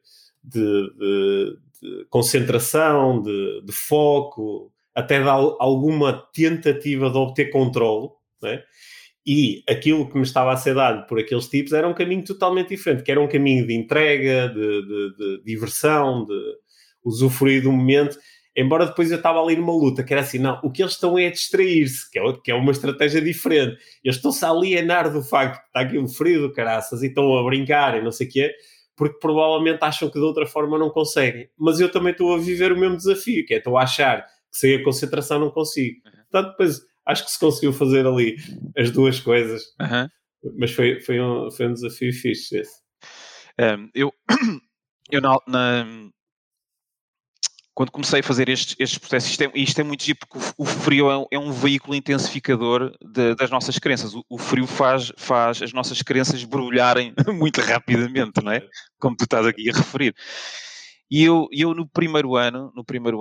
A: de concentração, de foco, até de alguma tentativa de obter controle, né? E aquilo que me estava a ser dado por aqueles tipos era um caminho totalmente diferente, que era um caminho de entrega, de diversão, de usufruir do momento, embora depois eu estava ali numa luta, que era assim, não, o que eles estão é a distrair-se, que é uma estratégia diferente. Eles estão-se a alienar do facto que está aqui um frio do caraças e estão a brincar e não sei o quê, porque provavelmente acham que de outra forma não conseguem. Mas eu também estou a viver o mesmo desafio, que é estou a achar que sem a concentração não consigo. Portanto, depois acho que se conseguiu fazer ali as duas coisas. Mas foi um desafio fixe esse.
B: Eu quando comecei a fazer estes processos, isto é muito giro, porque o frio é um veículo intensificador das nossas crenças. O frio faz as nossas crenças borbulharem muito rapidamente, não é? Como tu estás aqui a referir. E eu no primeiro ano,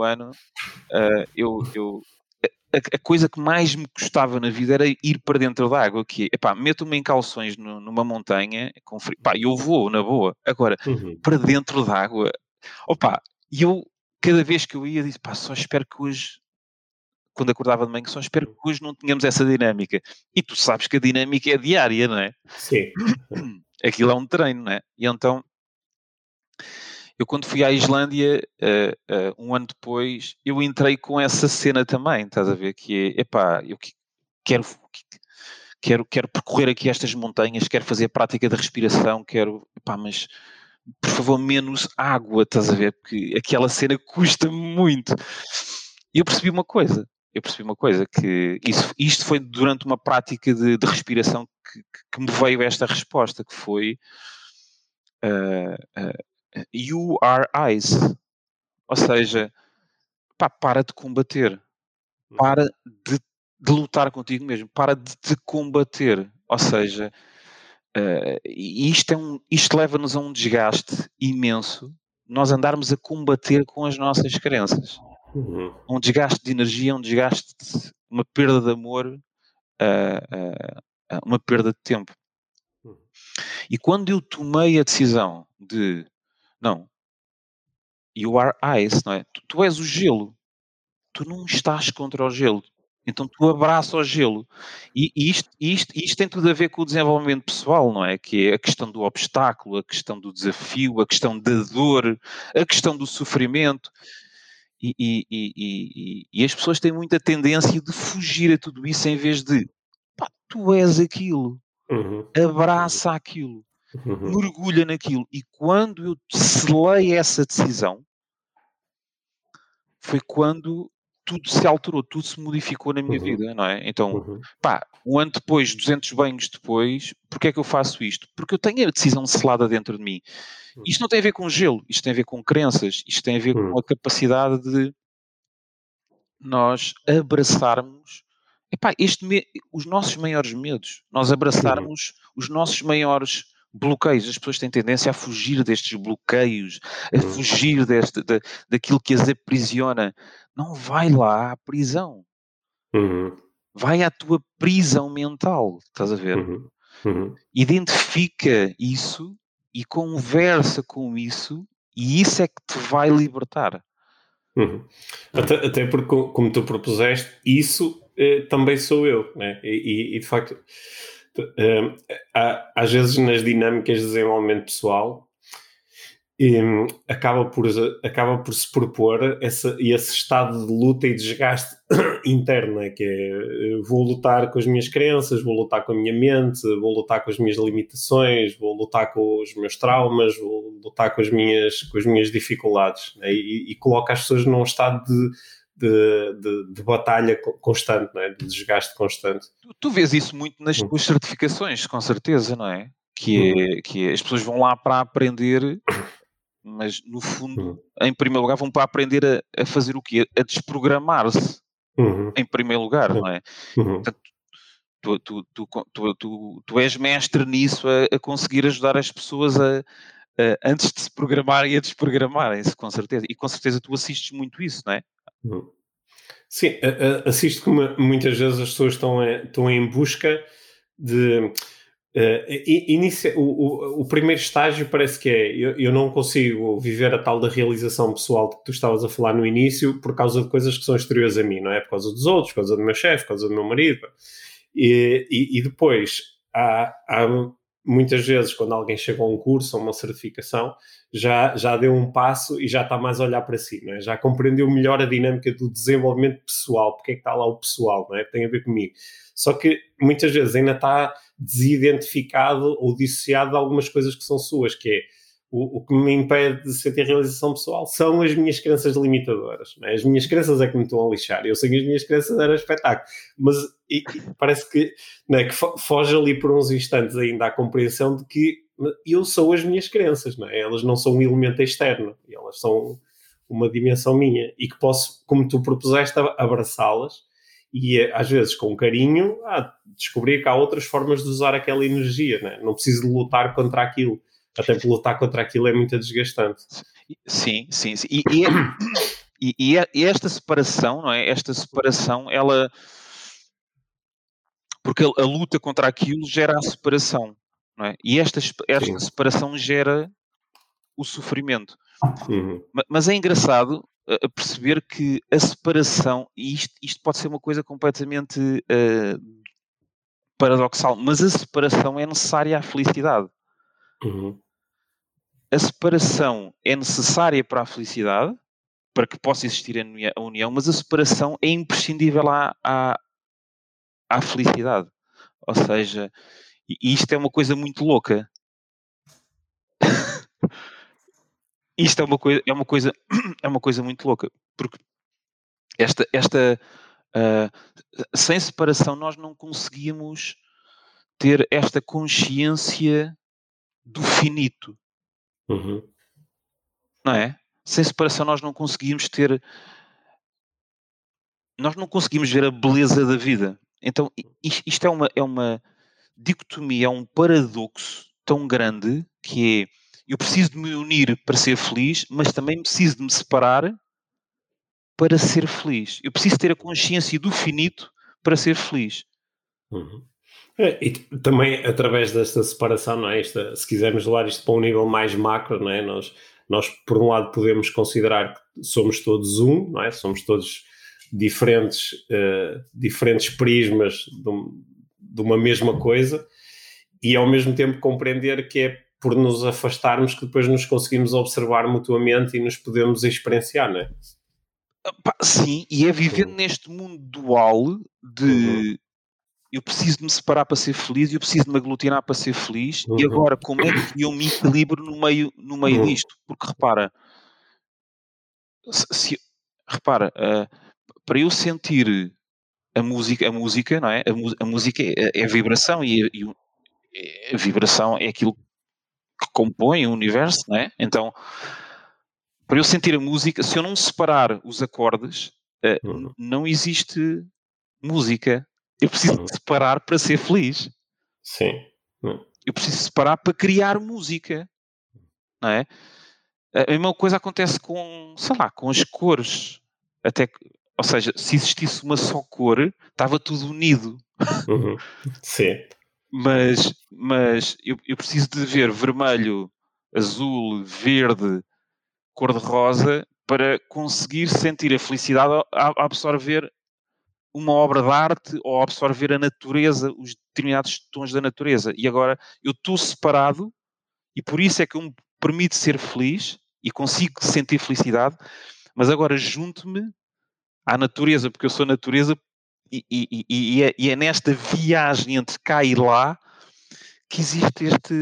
B: a coisa que mais me custava na vida era ir para dentro da água, que é, meto-me em calções numa montanha, com frio, eu vou, na boa. Agora, para dentro da água, e eu, cada vez que eu ia, disse, só espero que hoje, quando acordava de manhã, só espero que hoje não tenhamos essa dinâmica. E tu sabes que a dinâmica é diária, não é?
A: Sim.
B: Aquilo é um treino, não é? E então, eu quando fui à Islândia, um ano depois, eu entrei com essa cena também, estás a ver? Que é, eu quero percorrer aqui estas montanhas, quero fazer prática de respiração, mas por favor, menos água, estás a ver? Porque aquela cena custa muito. E eu percebi uma coisa, que isto foi durante uma prática de respiração que me veio esta resposta, que foi you are ice. Ou seja, para de combater. Para de lutar contigo mesmo. Para de te combater. Ou seja, isto leva-nos a um desgaste imenso, nós andarmos a combater com as nossas crenças. Um desgaste de energia, uma perda de amor, uma perda de tempo. E quando eu tomei a decisão de, não, you are ice, não é? Tu és o gelo. Tu não estás contra o gelo. Então tu abraça o gelo. E isto tem tudo a ver com o desenvolvimento pessoal, não é? Que é a questão do obstáculo, a questão do desafio, a questão da dor, a questão do sofrimento. E as pessoas têm muita tendência de fugir a tudo isso em vez de, tu és aquilo. Abraça aquilo. Mergulha naquilo. E quando eu selei essa decisão, foi quando tudo se alterou, tudo se modificou na minha vida, não é? Então, um ano depois, 200 banhos depois, porquê é que eu faço isto? Porque eu tenho a decisão selada dentro de mim. Isto não tem a ver com gelo, isto tem a ver com crenças, isto tem a ver com a capacidade de nós abraçarmos os nossos maiores medos, nós
A: Uhum.
B: abraçarmos os nossos maiores bloqueios. As pessoas têm tendência a fugir destes bloqueios, a
A: Uhum.
B: fugir daquilo que as aprisiona. Não vai lá à prisão.
A: Uhum.
B: Vai à tua prisão mental, estás a ver?
A: Uhum. Uhum.
B: Identifica isso e conversa com isso, e isso é que te vai libertar.
A: Uhum. Até porque, como tu propuseste, isso também sou eu, né? De facto, eh, às vezes nas dinâmicas de desenvolvimento pessoal, acaba por se propor esse estado de luta e desgaste interno, né? Que é, vou lutar com as minhas crenças, vou lutar com a minha mente, vou lutar com as minhas limitações, vou lutar com os meus traumas, vou lutar com as minhas dificuldades, né? E coloca as pessoas num estado de batalha constante, né? De desgaste constante.
B: Tu vês isso muito nas
A: Uhum.
B: tuas certificações, com certeza, não é?
A: Uhum.
B: Que é as pessoas vão lá para aprender, mas no fundo,
A: Uhum.
B: em primeiro lugar, vão para aprender a fazer o quê? A desprogramar-se,
A: Uhum.
B: em primeiro lugar, não é?
A: Uhum.
B: Portanto, tu és mestre nisso, a conseguir ajudar as pessoas antes de se programarem e a desprogramarem-se, com certeza. E com certeza tu assistes muito isso, não é?
A: Uhum. Sim, assisto que muitas vezes as pessoas estão em busca de. O primeiro estágio parece que é eu não consigo viver a tal da realização pessoal que tu estavas a falar no início por causa de coisas que são exteriores a mim, não é? Por causa dos outros, por causa do meu chefe, por causa do meu marido. E depois há muitas vezes quando alguém chega a um curso ou uma certificação já deu um passo e já está mais a olhar para si, não é? Já compreendeu melhor a dinâmica do desenvolvimento pessoal, porque é que está lá o pessoal, não é? Tem a ver comigo. Só que muitas vezes ainda está desidentificado ou dissociado de algumas coisas que são suas, que é o que me impede de sentir realização pessoal são as minhas crenças limitadoras. Não é? As minhas crenças é que me estão a lixar. Eu sei que as minhas crenças era espetáculo, mas parece que, não é, que foge ali por uns instantes ainda à compreensão de que eu sou as minhas crenças, não é? Elas não são um elemento externo, elas são uma dimensão minha e que posso, como tu propuseste, abraçá-las e às vezes com carinho descobrir que há outras formas de usar aquela energia, né? Não preciso de lutar contra aquilo, até porque lutar contra aquilo é muito desgastante.
B: Sim, sim, sim. E esta separação, não é? Esta separação, ela. Porque a luta contra aquilo gera a separação, não é? E esta
A: Sim.
B: separação gera o sofrimento.
A: Uhum.
B: Mas é engraçado a perceber que a separação, e isto pode ser uma coisa completamente paradoxal, mas a separação é necessária à felicidade.
A: Uhum.
B: A separação é necessária para a felicidade, para que possa existir a união, mas a separação é imprescindível à felicidade. Ou seja, e isto é uma coisa muito louca. Isto é uma coisa, é uma coisa muito louca, porque esta uh, sem separação nós não conseguimos ter esta consciência do finito,
A: Uhum.
B: não é? Sem separação nós não conseguimos ver a beleza da vida. Então isto é uma dicotomia, é um paradoxo tão grande que é eu preciso de me unir para ser feliz, mas também preciso de me separar para ser feliz. Eu preciso ter a consciência do finito para ser feliz.
A: Uhum. E também através desta separação, não é? Se quisermos levar isto para um nível mais macro, não é? Nós, por um lado, podemos considerar que somos todos um, não é? Somos todos diferentes prismas de uma mesma coisa e, ao mesmo tempo, compreender que é por nos afastarmos que depois nos conseguimos observar mutuamente e nos podemos experienciar, não é?
B: Sim, e é viver
A: Uhum.
B: neste mundo dual
A: Uhum.
B: de eu preciso de me separar para ser feliz e eu preciso de me aglutinar para ser feliz. E
A: Uhum.
B: agora, como é que eu me equilibro no meio
A: Uhum.
B: disto? Porque repara, se, repara, para eu sentir a música, não é? A música é vibração e a vibração é aquilo que compõe o universo, não é? Então, para eu sentir a música, se eu não separar os acordes, não existe música. Eu preciso de separar para ser feliz.
A: Sim.
B: Eu preciso separar para criar música. Não é? A mesma coisa acontece com, sei lá, com as cores. Ou seja, se existisse uma só cor, estava tudo unido.
A: Sim.
B: Mas eu preciso de ver vermelho, azul, verde, cor-de-rosa para conseguir sentir a felicidade a absorver uma obra de arte ou a absorver a natureza, os determinados tons da natureza. E agora eu estou separado e por isso é que eu me permito ser feliz e consigo sentir felicidade, mas agora junto-me à natureza, porque eu sou natureza e é nesta viagem entre cá e lá que existe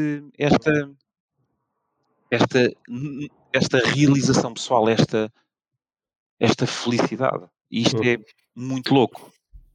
B: esta realização pessoal, esta felicidade. E isto é muito louco.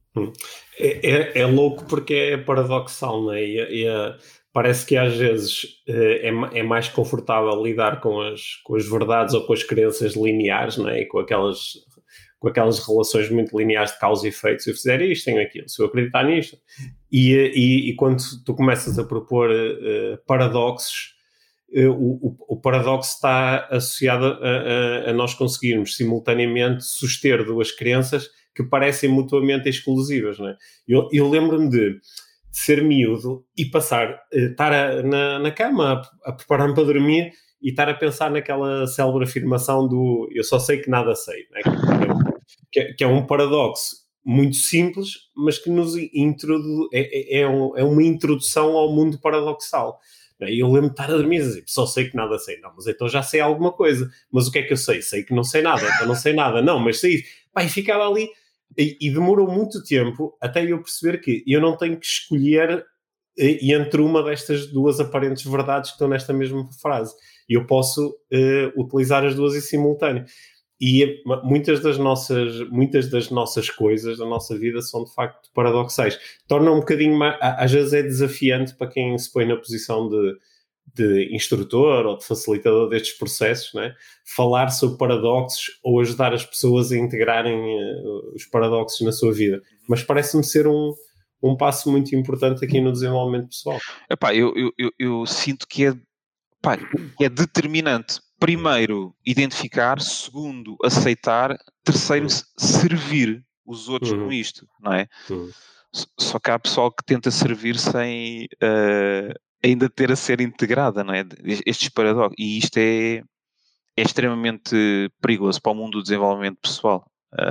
A: É louco porque é paradoxal, não é? Parece que às vezes é mais confortável lidar com as verdades ou com as crenças lineares, não é? E com aquelas relações muito lineares de causa e efeito. Se eu fizer isto, tenho aquilo. Se eu acreditar nisto. E quando tu começas a propor paradoxos, o paradoxo está associado a nós conseguirmos simultaneamente suster duas crenças que parecem mutuamente exclusivas, não é? Eu lembro-me de ser miúdo e estar na cama a preparar-me para dormir e estar a pensar naquela célebre afirmação do eu só sei que nada sei, não é? Que é um paradoxo muito simples, mas que nos é uma introdução ao mundo paradoxal. E eu lembro de estar a dormir e dizer, só sei que nada sei. Não, mas então já sei alguma coisa. Mas o que é que eu sei? Sei que não sei nada, então não sei nada. Não, mas sei. Pai, ficava ali e demorou muito tempo até eu perceber que eu não tenho que escolher entre uma destas duas aparentes verdades que estão nesta mesma frase. E eu posso utilizar as duas em simultâneo. E muitas das nossas coisas da nossa vida são de facto paradoxais. Torna um bocadinho mais, às vezes é desafiante para quem se põe na posição de instrutor ou de facilitador destes processos, né? Falar sobre paradoxos ou ajudar as pessoas a integrarem os paradoxos na sua vida. Mas parece-me ser um passo muito importante aqui no desenvolvimento pessoal.
B: Epá, eu sinto que é determinante. Primeiro, identificar. Segundo, aceitar. Terceiro, servir os outros com isto, não é? Só que há pessoal que tenta servir sem ainda ter a ser integrada, não é? Estes paradoxos. E isto é extremamente perigoso para o mundo do desenvolvimento pessoal.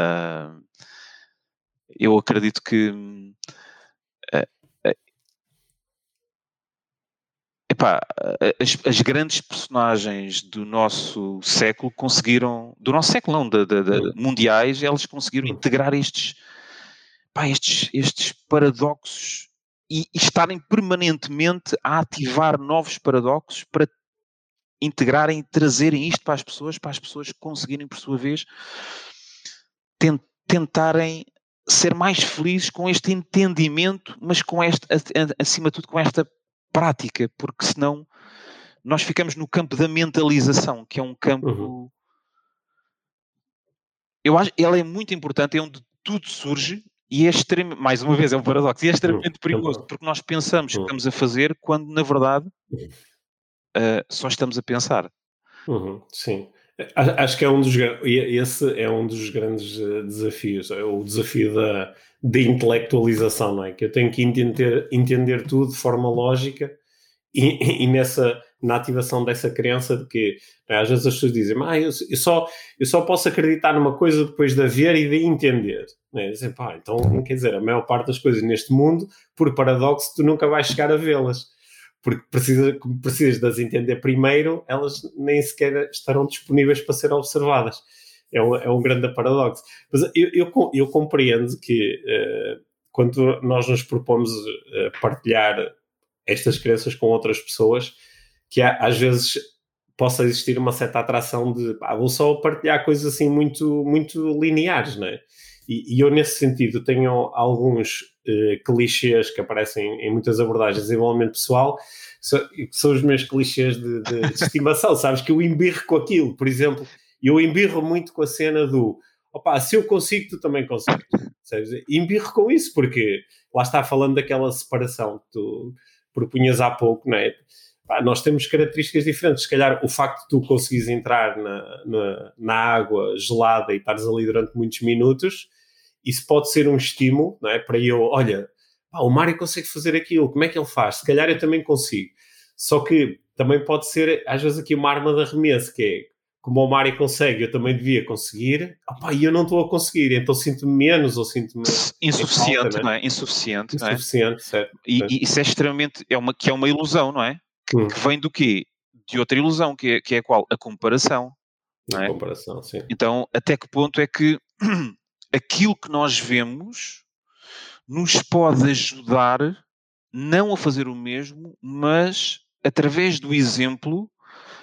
B: Eu acredito que as grandes personagens do nosso século conseguiram, do nosso século não, mundiais, elas conseguiram integrar estes paradoxos e estarem permanentemente a ativar novos paradoxos para integrarem e trazerem isto para as pessoas conseguirem, por sua vez, tentarem ser mais felizes com este entendimento, mas com acima de tudo, com esta prática, porque senão nós ficamos no campo da mentalização, que é um campo... Eu acho que ela é muito importante, é onde tudo surge e é extremamente, mais uma vez, é um paradoxo, e é extremamente perigoso, porque nós pensamos que estamos a fazer quando, na verdade, só estamos a pensar.
A: Sim. Acho que esse é um dos grandes desafios, é o desafio da intelectualização, não é? Que eu tenho que entender tudo de forma lógica e na ativação dessa crença de que às vezes as pessoas dizem eu só posso acreditar numa coisa depois de a ver e de entender, né? Dizem, então quer dizer, a maior parte das coisas neste mundo, por paradoxo, tu nunca vais chegar a vê-las, porque precisas de as entender primeiro, elas nem sequer estarão disponíveis para ser observadas. É um grande paradoxo. Mas eu compreendo que quando nós nos propomos partilhar estas crenças com outras pessoas, que às vezes possa existir uma certa atração de vou só partilhar coisas assim muito, muito lineares, não é? E eu nesse sentido tenho alguns clichês que aparecem em muitas abordagens de desenvolvimento pessoal, que são os meus clichês de estimação, sabes? Que eu embirro com aquilo, por exemplo, eu embirro muito com a cena do opa, se eu consigo, tu também consegues. E embirro com isso, porque lá está falando daquela separação que tu propunhas há pouco, não é? Pá, nós temos características diferentes. Se calhar o facto de tu conseguires entrar na água gelada e estares ali durante muitos minutos, isso pode ser um estímulo, não é? Para eu, olha, pá, o Mário consegue fazer aquilo, como é que ele faz? Se calhar eu também consigo. Só que também pode ser, às vezes, aqui uma arma de arremesso, que é, como o Mário consegue, eu também devia conseguir, opa, e eu não estou a conseguir, então sinto-me menos ou sinto-me
B: insuficiente,
A: em falta,
B: não é? Insuficiente, não é?
A: Insuficiente, certo.
B: E isso é extremamente, que é uma ilusão, não é? Que vem do quê? De outra ilusão, que é qual? A comparação. Não
A: A
B: é?
A: comparação, sim.
B: Então, até que ponto é que aquilo que nós vemos nos pode ajudar não a fazer o mesmo, mas através do exemplo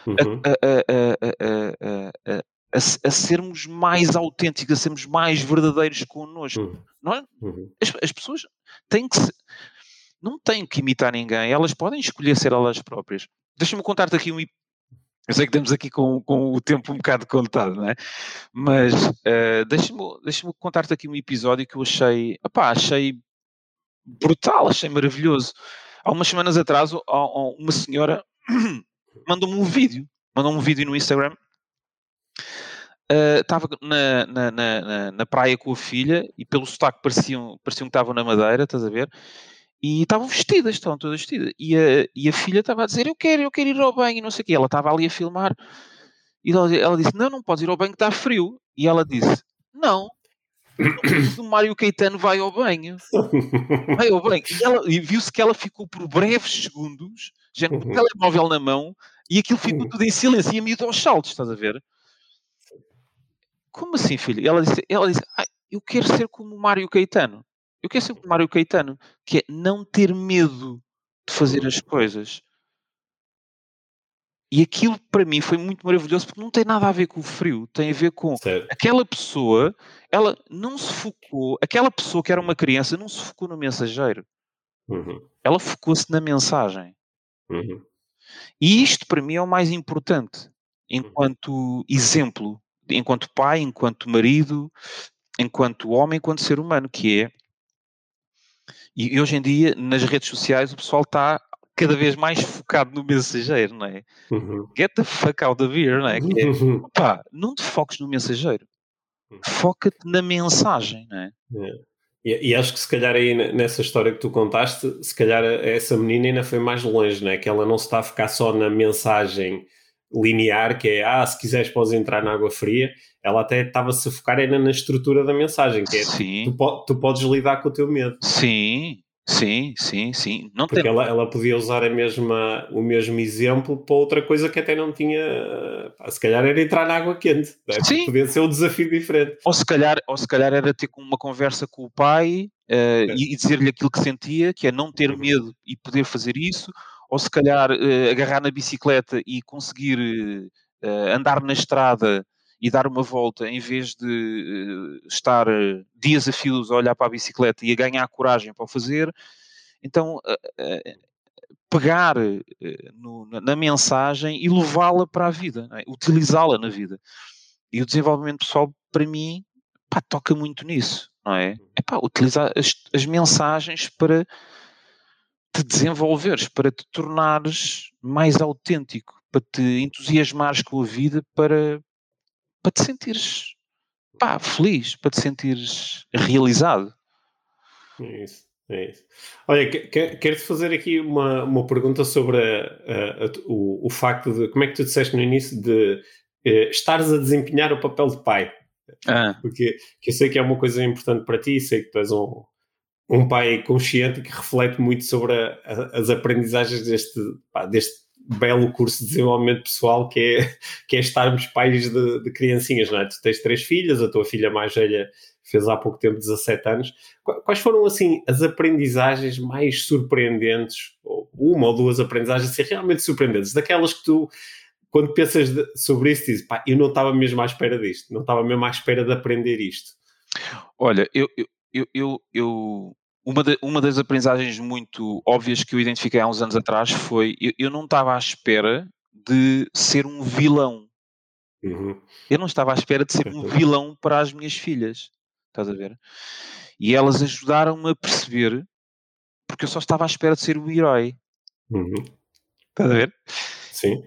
B: a sermos mais autênticos, a sermos mais verdadeiros connosco. Não é? As pessoas têm que não têm que imitar ninguém, elas podem escolher ser elas próprias. Deixa-me contar-te aqui eu sei que estamos aqui com o tempo um bocado contado, não é? Mas deixa-me contar-te aqui um episódio que eu achei brutal, achei maravilhoso. Há umas semanas atrás, uma senhora mandou-me um vídeo no Instagram. Estava na praia com a filha e pelo sotaque pareciam que estavam na Madeira, estás a ver? E estavam todas vestidas. E a filha estava a dizer, eu quero ir ao banho e não sei o quê. Ela estava ali a filmar e ela disse, não podes ir ao banho que está frio. E ela disse, não, o Mário Caetano vai ao banho. Vai ao banho. E viu-se que ela ficou por breves segundos, já com o telemóvel na mão, e aquilo ficou tudo em silêncio e a miúda aos saltos, estás a ver? Como assim, filho? E ela disse, eu quero ser como o Mário Caetano. Eu quero ser como o Mário Caetano, que é não ter medo de fazer as coisas. E aquilo para mim foi muito maravilhoso porque não tem nada a ver com o frio, tem a ver com aquela pessoa, ela não se focou, aquela pessoa que era uma criança não se focou no mensageiro. Ela focou-se na mensagem. E isto para mim é o mais importante, enquanto exemplo, enquanto pai, enquanto marido, enquanto homem, enquanto ser humano, que é. E hoje em dia, nas redes sociais, o pessoal está cada vez mais focado no mensageiro, não é? Get the fuck out of here, não é? Que é, pá, não te foques no mensageiro. Foca-te na mensagem, não é?
A: E acho que se calhar aí nessa história que tu contaste, se calhar essa menina ainda foi mais longe, né? Que ela não se está a focar só na mensagem linear, que é, se quiseres podes entrar na água fria. Ela até estava-se a focar ainda na estrutura da mensagem, que é, tu podes lidar com o teu medo.
B: Sim. Não
A: porque
B: tem...
A: ela podia usar o mesmo exemplo para outra coisa que até não tinha. Se calhar era entrar na água quente. Né?
B: Sim.
A: Podia ser um desafio diferente.
B: Ou se calhar era ter uma conversa com o pai e dizer-lhe aquilo que sentia, que é não ter medo e poder fazer isso. Ou se calhar agarrar na bicicleta e conseguir andar na estrada e dar uma volta, em vez de estar dias a fios a olhar para a bicicleta e a ganhar coragem para o fazer. Então, pegar na mensagem e levá-la para a vida, não é? Utilizá-la na vida. E o desenvolvimento pessoal, para mim, toca muito nisso, não é? Utilizar as mensagens para te desenvolveres, para te tornares mais autêntico, para te entusiasmares com a vida, para te sentires feliz, para te sentires realizado.
A: É isso. Olha, quero-te fazer aqui uma pergunta sobre o facto de, como é que tu disseste no início, de estares a desempenhar o papel de pai. Porque eu sei que é uma coisa importante para ti, sei que tu és um pai consciente que reflete muito sobre as aprendizagens deste belo curso de desenvolvimento pessoal que é estarmos pais de criancinhas, não é? Tu tens 3 filhas, a tua filha mais velha fez há pouco tempo 17 anos. Quais foram, assim, as aprendizagens mais surpreendentes, ou uma ou duas aprendizagens assim, realmente surpreendentes, daquelas que tu, quando pensas sobre isso, dizes, eu não estava mesmo à espera disto, não estava mesmo à espera de aprender isto?
B: Olha, uma das aprendizagens muito óbvias que eu identifiquei há uns anos atrás foi, eu não estava à espera de ser um vilão. Eu não estava à espera de ser um vilão para as minhas filhas. Estás a ver? E elas ajudaram-me a perceber, porque eu só estava à espera de ser o herói. Estás a ver?
A: Sim.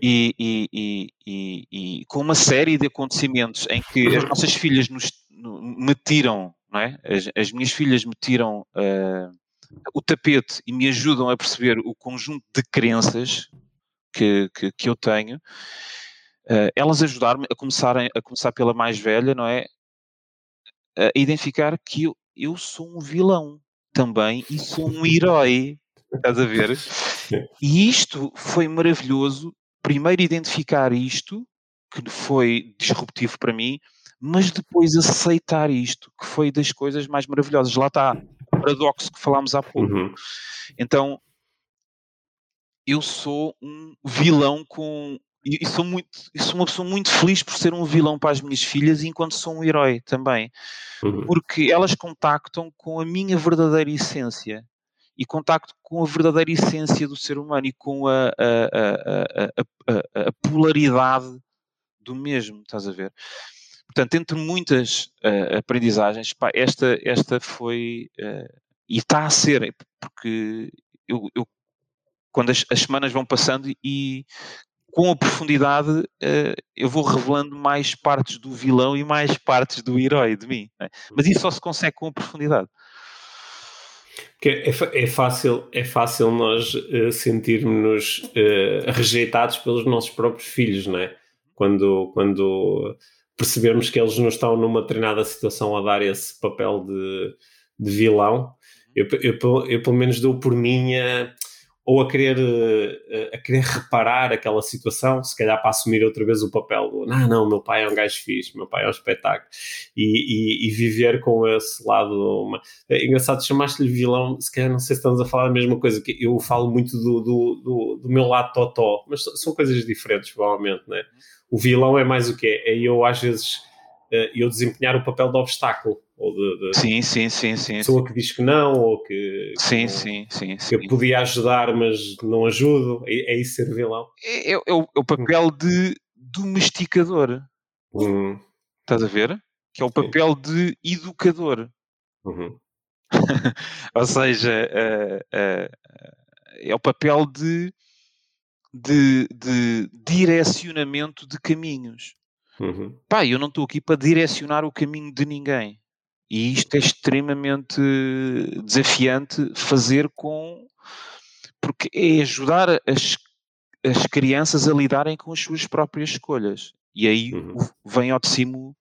B: E com uma série de acontecimentos em que as nossas filhas me tiram, não é? As minhas filhas me tiram o tapete e me ajudam a perceber o conjunto de crenças que eu tenho. Elas ajudaram-me a começar pela mais velha, não é? A identificar que eu sou um vilão também e sou um herói. Estás a ver? E isto foi maravilhoso. Primeiro identificar isto, que foi disruptivo para mim, mas depois aceitar isto, que foi das coisas mais maravilhosas. Lá está, o paradoxo que falámos há pouco. Então, eu sou um vilão e sou uma pessoa muito feliz por ser um vilão para as minhas filhas, enquanto sou um herói também. Porque elas contactam com a minha verdadeira essência. E contacto com a verdadeira essência do ser humano e com a polaridade do mesmo, estás a ver? Portanto, entre muitas aprendizagens, pá, esta foi, e está a ser, porque eu quando as semanas vão passando e com a profundidade eu vou revelando mais partes do vilão e mais partes do herói de mim. Né? Mas isso só se consegue com a profundidade.
A: Que é fácil nós sentirmos-nos rejeitados pelos nossos próprios filhos, não é? Quando percebermos que eles não estão numa determinada situação a dar esse papel de vilão, eu pelo menos dou por mim ou a querer reparar aquela situação, se calhar para assumir outra vez o papel do não, meu pai é um gajo fixe, meu pai é um espetáculo, e viver com esse lado. É engraçado, chamaste-lhe vilão, se calhar não sei se estamos a falar a mesma coisa, que eu falo muito do meu lado totó, mas são coisas diferentes, provavelmente, né? O vilão é mais o quê? É eu, às vezes, eu desempenhar o papel de obstáculo, ou
B: sim.
A: pessoa que diz que não, ou que eu podia ajudar, mas não ajudo. É isso ser vilão?
B: É o papel de domesticador. Estás a ver? Que é o papel de educador. Ou seja, é o papel de direcionamento de caminhos. Pá, eu não estou aqui para direcionar o caminho de ninguém. E isto é extremamente desafiante fazer porque é ajudar as crianças a lidarem com as suas próprias escolhas. E aí vem ao de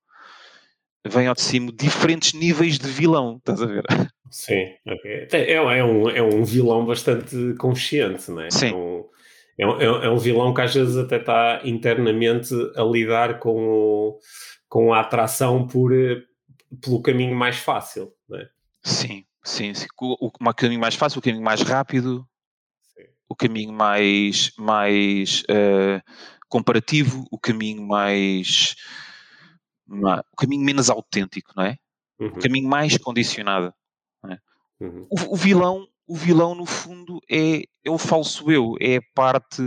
B: cima diferentes níveis de vilão, estás a ver?
A: Sim, ok. É um vilão bastante consciente, não é?
B: Sim.
A: É um vilão que às vezes até está internamente a lidar com a atração pelo caminho mais fácil, não é?
B: Sim. O caminho mais fácil, o caminho mais rápido, sim. O caminho mais comparativo, o caminho o caminho menos autêntico, não é? O caminho mais condicionado. Não é? O vilão, no fundo, é o falso eu, é a parte,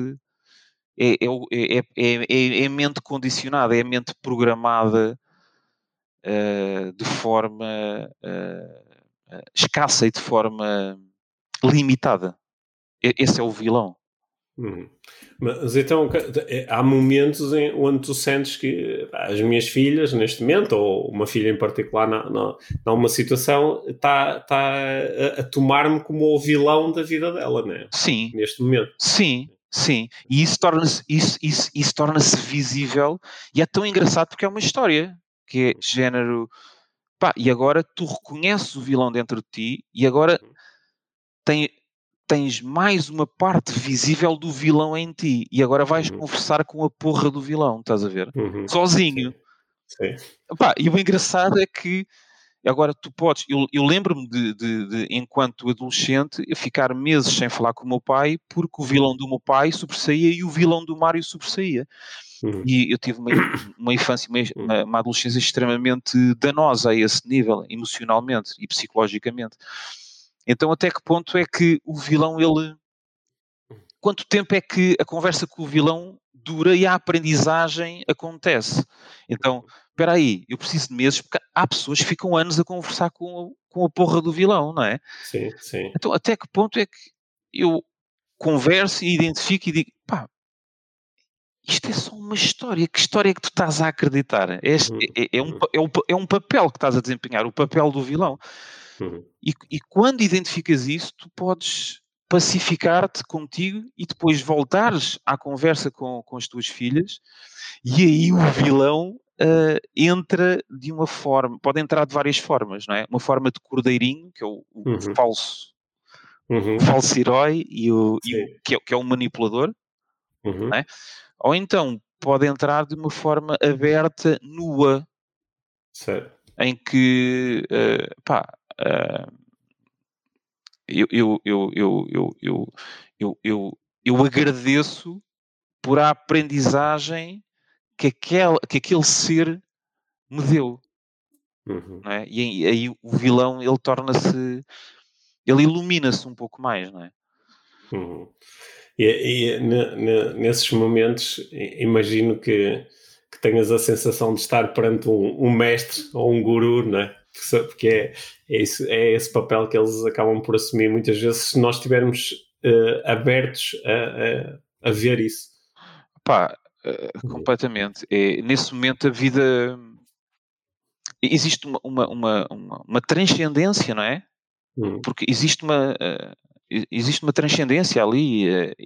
B: é a mente condicionada, é a mente programada de forma escassa e de forma limitada. Esse é o vilão.
A: Mas então há momentos onde tu sentes que as minhas filhas, neste momento, ou uma filha em particular, numa situação, está a tomar-me como o vilão da vida dela, não é?
B: Sim.
A: Neste momento.
B: Sim. E isso torna-se visível e é tão engraçado porque é uma história que é género. Pá, e agora tu reconheces o vilão dentro de ti e agora tens mais uma parte visível do vilão em ti e agora vais conversar com a porra do vilão, estás a ver? Sozinho.
A: Sim.
B: Pá, e o engraçado é que agora tu podes... Eu lembro-me de, enquanto adolescente, eu ficar meses sem falar com o meu pai porque o vilão do meu pai sobressaía e o vilão do Mário sobressaía. E eu tive uma infância, uma adolescência extremamente danosa a esse nível, emocionalmente e psicologicamente. Então até que ponto é que o vilão, quanto tempo é que a conversa com o vilão dura e a aprendizagem acontece. Então, espera aí, eu preciso de meses, porque há pessoas que ficam anos a conversar com a porra do vilão, não é?
A: Sim, sim.
B: Então, até que ponto é que eu converso e identifico e digo, pá, isto é só uma história, que história é que tu estás a acreditar?
A: Uhum, uhum,
B: É um papel que estás a desempenhar, o papel do vilão.
A: uhum,
B: E quando identificas isso, tu podes pacificar-te contigo e depois voltares à conversa com as tuas filhas, e aí o vilão entra de uma forma, pode entrar de várias formas, não é? Uma forma de cordeirinho, que é o
A: uhum,
B: falso, o
A: uhum.
B: falso herói
A: Sim.
B: que é o manipulador,
A: Uhum.
B: não é? Ou então pode entrar de uma forma aberta, nua,
A: Certo.
B: em que pá, uh, eu, eu, eu, eu, eu, eu, eu agradeço por a aprendizagem que aquele ser me deu,
A: Uhum.
B: não é? E aí o vilão, ele torna-se, ele ilumina-se um pouco mais, não é?
A: Uhum. Nesses momentos, imagino que tenhas a sensação de estar perante um mestre ou um guru, não é? Porque é esse papel que eles acabam por assumir muitas vezes se nós estivermos abertos a ver isso.
B: Pá,
A: Uhum.
B: completamente. Nesse momento a vida, existe uma transcendência, não é?
A: Uhum.
B: Porque existe uma transcendência ali,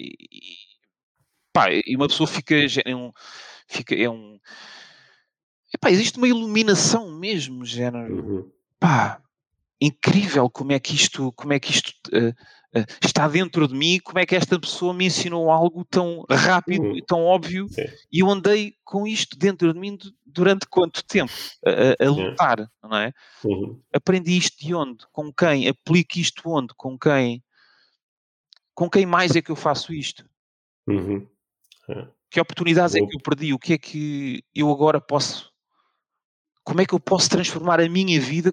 B: pá, e uma pessoa é um, epá, existe uma iluminação mesmo, género,
A: Uhum.
B: pá, incrível como é que isto está dentro de mim, como é que esta pessoa me ensinou algo tão rápido e
A: Uhum.
B: tão óbvio,
A: Sim.
B: e eu andei com isto dentro de mim durante quanto tempo? A
A: Yeah.
B: lutar, não é?
A: Uhum.
B: Aprendi isto de onde? Com quem? Aplico isto onde? Com quem? Com quem mais é que eu faço isto?
A: Uhum. Yeah.
B: Que oportunidades é
A: Boa.
B: que eu perdi? O que é que eu agora posso, como é que eu posso transformar a minha vida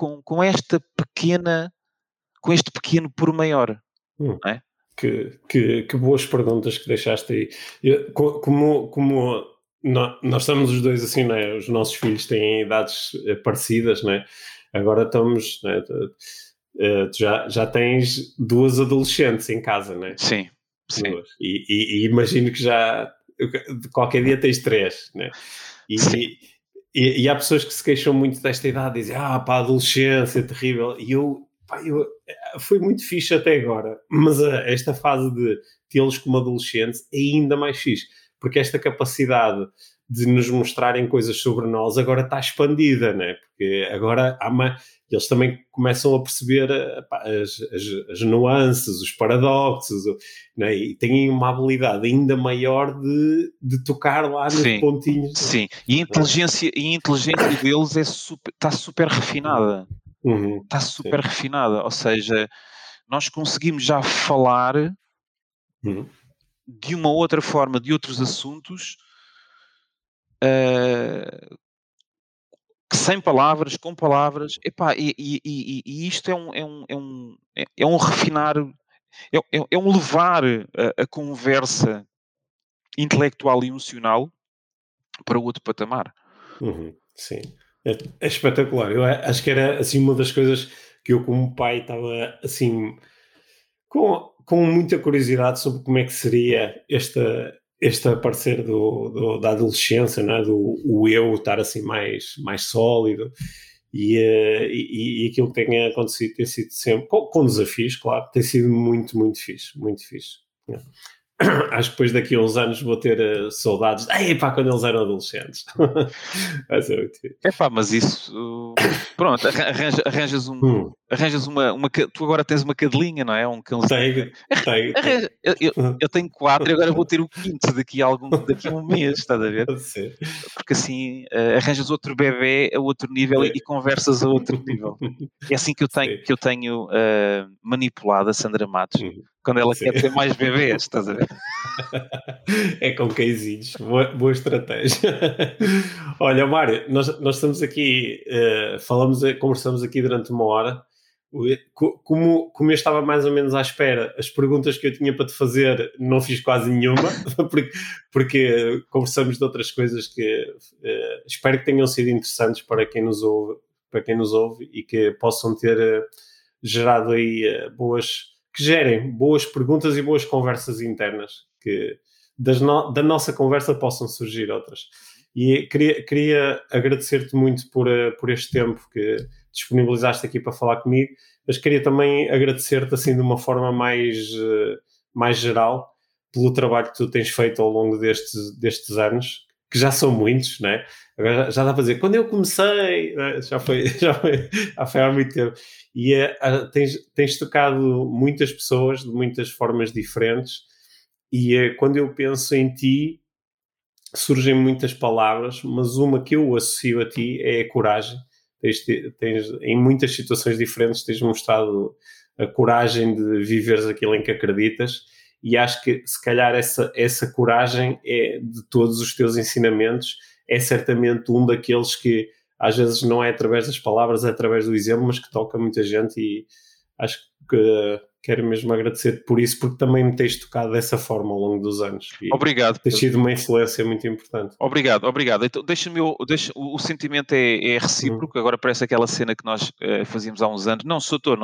B: com este pequeno por maior,
A: Hum.
B: não é?
A: Que boas perguntas que deixaste aí. Como nós estamos os dois assim, não é? Os nossos filhos têm idades parecidas, não é? Agora estamos, não é? Tu já tens duas adolescentes em casa, não é?
B: Sim, sim,
A: Duas. E imagino que já qualquer dia tens três, né?
B: sim,
A: E há pessoas que se queixam muito desta idade, dizem, pá, a adolescência é terrível. E eu foi muito fixe até agora, mas esta fase de tê-los como adolescentes é ainda mais fixe, porque esta capacidade de nos mostrarem coisas sobre nós agora está expandida, né? Porque agora eles também começam a perceber pá, as nuances, os paradoxos, né? E têm uma habilidade ainda maior de tocar lá nos
B: sim,
A: pontinhos.
B: sim. E a inteligência deles está super refinada.
A: Uhum,
B: Está
A: sim.
B: super refinada. Ou seja, nós conseguimos já falar
A: Uhum,
B: de uma outra forma, de outros assuntos, eh, que sem palavras, com palavras. Epá, e isto é um refinar, é um levar a conversa intelectual e emocional para outro patamar.
A: uhum, sim. É espetacular. Eu acho que era assim uma das coisas que eu, como pai, estava assim com muita curiosidade sobre como é que seria este aparecer da adolescência, não é? O eu estar assim mais sólido e aquilo que tem acontecido tem sido sempre, com desafios, claro, tem sido muito, muito fixe, muito fixe. É. Acho que depois daqui a uns anos vou ter saudades. Ei, pá, quando eles eram adolescentes. Vai ser muito fixe.
B: Epá, mas isso, pronto, arranjas
A: Hum,
B: tu agora tens uma cadelinha, não é? Um cãozinho.
A: tem.
B: Eu tenho 4 e agora vou ter o quinto daqui a um mês, estás a ver?
A: Pode ser.
B: Porque assim arranjas outro bebê a outro nível e conversas a outro nível. É assim
A: Sim.
B: que eu tenho manipulado a Sandra Matos quando ela
A: Sim.
B: quer ter mais bebês, estás a ver?
A: É com cãezinhos. Boa estratégia. Olha, Mário, nós estamos aqui, conversamos aqui durante uma hora, Como eu estava mais ou menos à espera, as perguntas que eu tinha para te fazer não fiz quase nenhuma, porque conversamos de outras coisas que espero que tenham sido interessantes para quem nos ouve e que possam ter gerado aí que gerem boas perguntas e boas conversas internas, que da nossa conversa possam surgir outras. E queria agradecer-te muito por este tempo que disponibilizaste aqui para falar comigo, mas queria também agradecer-te assim de uma forma mais geral pelo trabalho que tu tens feito ao longo destes anos, que já são muitos, né? Agora já dá para dizer, quando eu comecei, já foi há muito tempo, e tens tocado muitas pessoas de muitas formas diferentes, e quando eu penso em ti, surgem muitas palavras, mas uma que eu associo a ti é a coragem. Tens, em muitas situações diferentes, tens mostrado a coragem de viveres aquilo em que acreditas, e acho que se calhar essa coragem é de todos os teus ensinamentos, é certamente um daqueles que às vezes não é através das palavras, é através do exemplo, mas que toca muita gente, e acho que quero mesmo agradecer-te por isso, porque também me tens tocado dessa forma ao longo dos anos.
B: Obrigado.
A: Tens sido uma influência muito importante.
B: Obrigado. Então, o sentimento é recíproco. Agora parece aquela cena que nós fazíamos há uns anos. Não sou ator.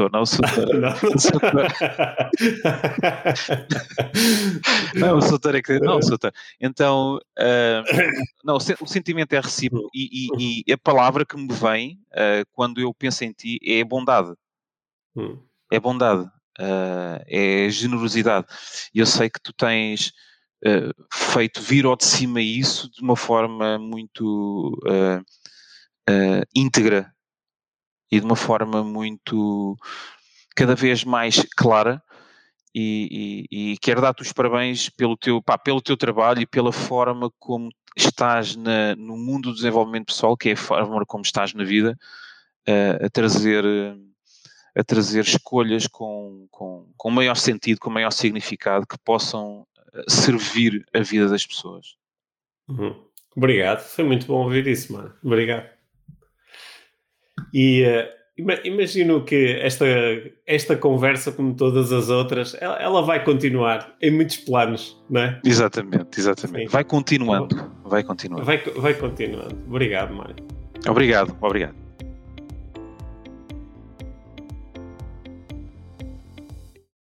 B: Então, não, o sentimento é recíproco e a palavra que me vem quando eu penso em ti é bondade. É bondade, é generosidade. E eu sei que tu tens feito vir ao de cima isso de uma forma muito íntegra e de uma forma muito cada vez mais clara. E quero dar-te os parabéns pelo teu trabalho e pela forma como estás no mundo do desenvolvimento pessoal, que é a forma como estás na vida, a trazer escolhas com maior sentido, com maior significado, que possam servir a vida das pessoas.
A: Obrigado, foi muito bom ouvir isso, mano. Obrigado. E imagino que esta conversa, como todas as outras, ela vai continuar em muitos planos, não é?
B: Exatamente. Sim. Vai continuando.
A: Vai continuando. Obrigado, Mário.
B: Obrigado.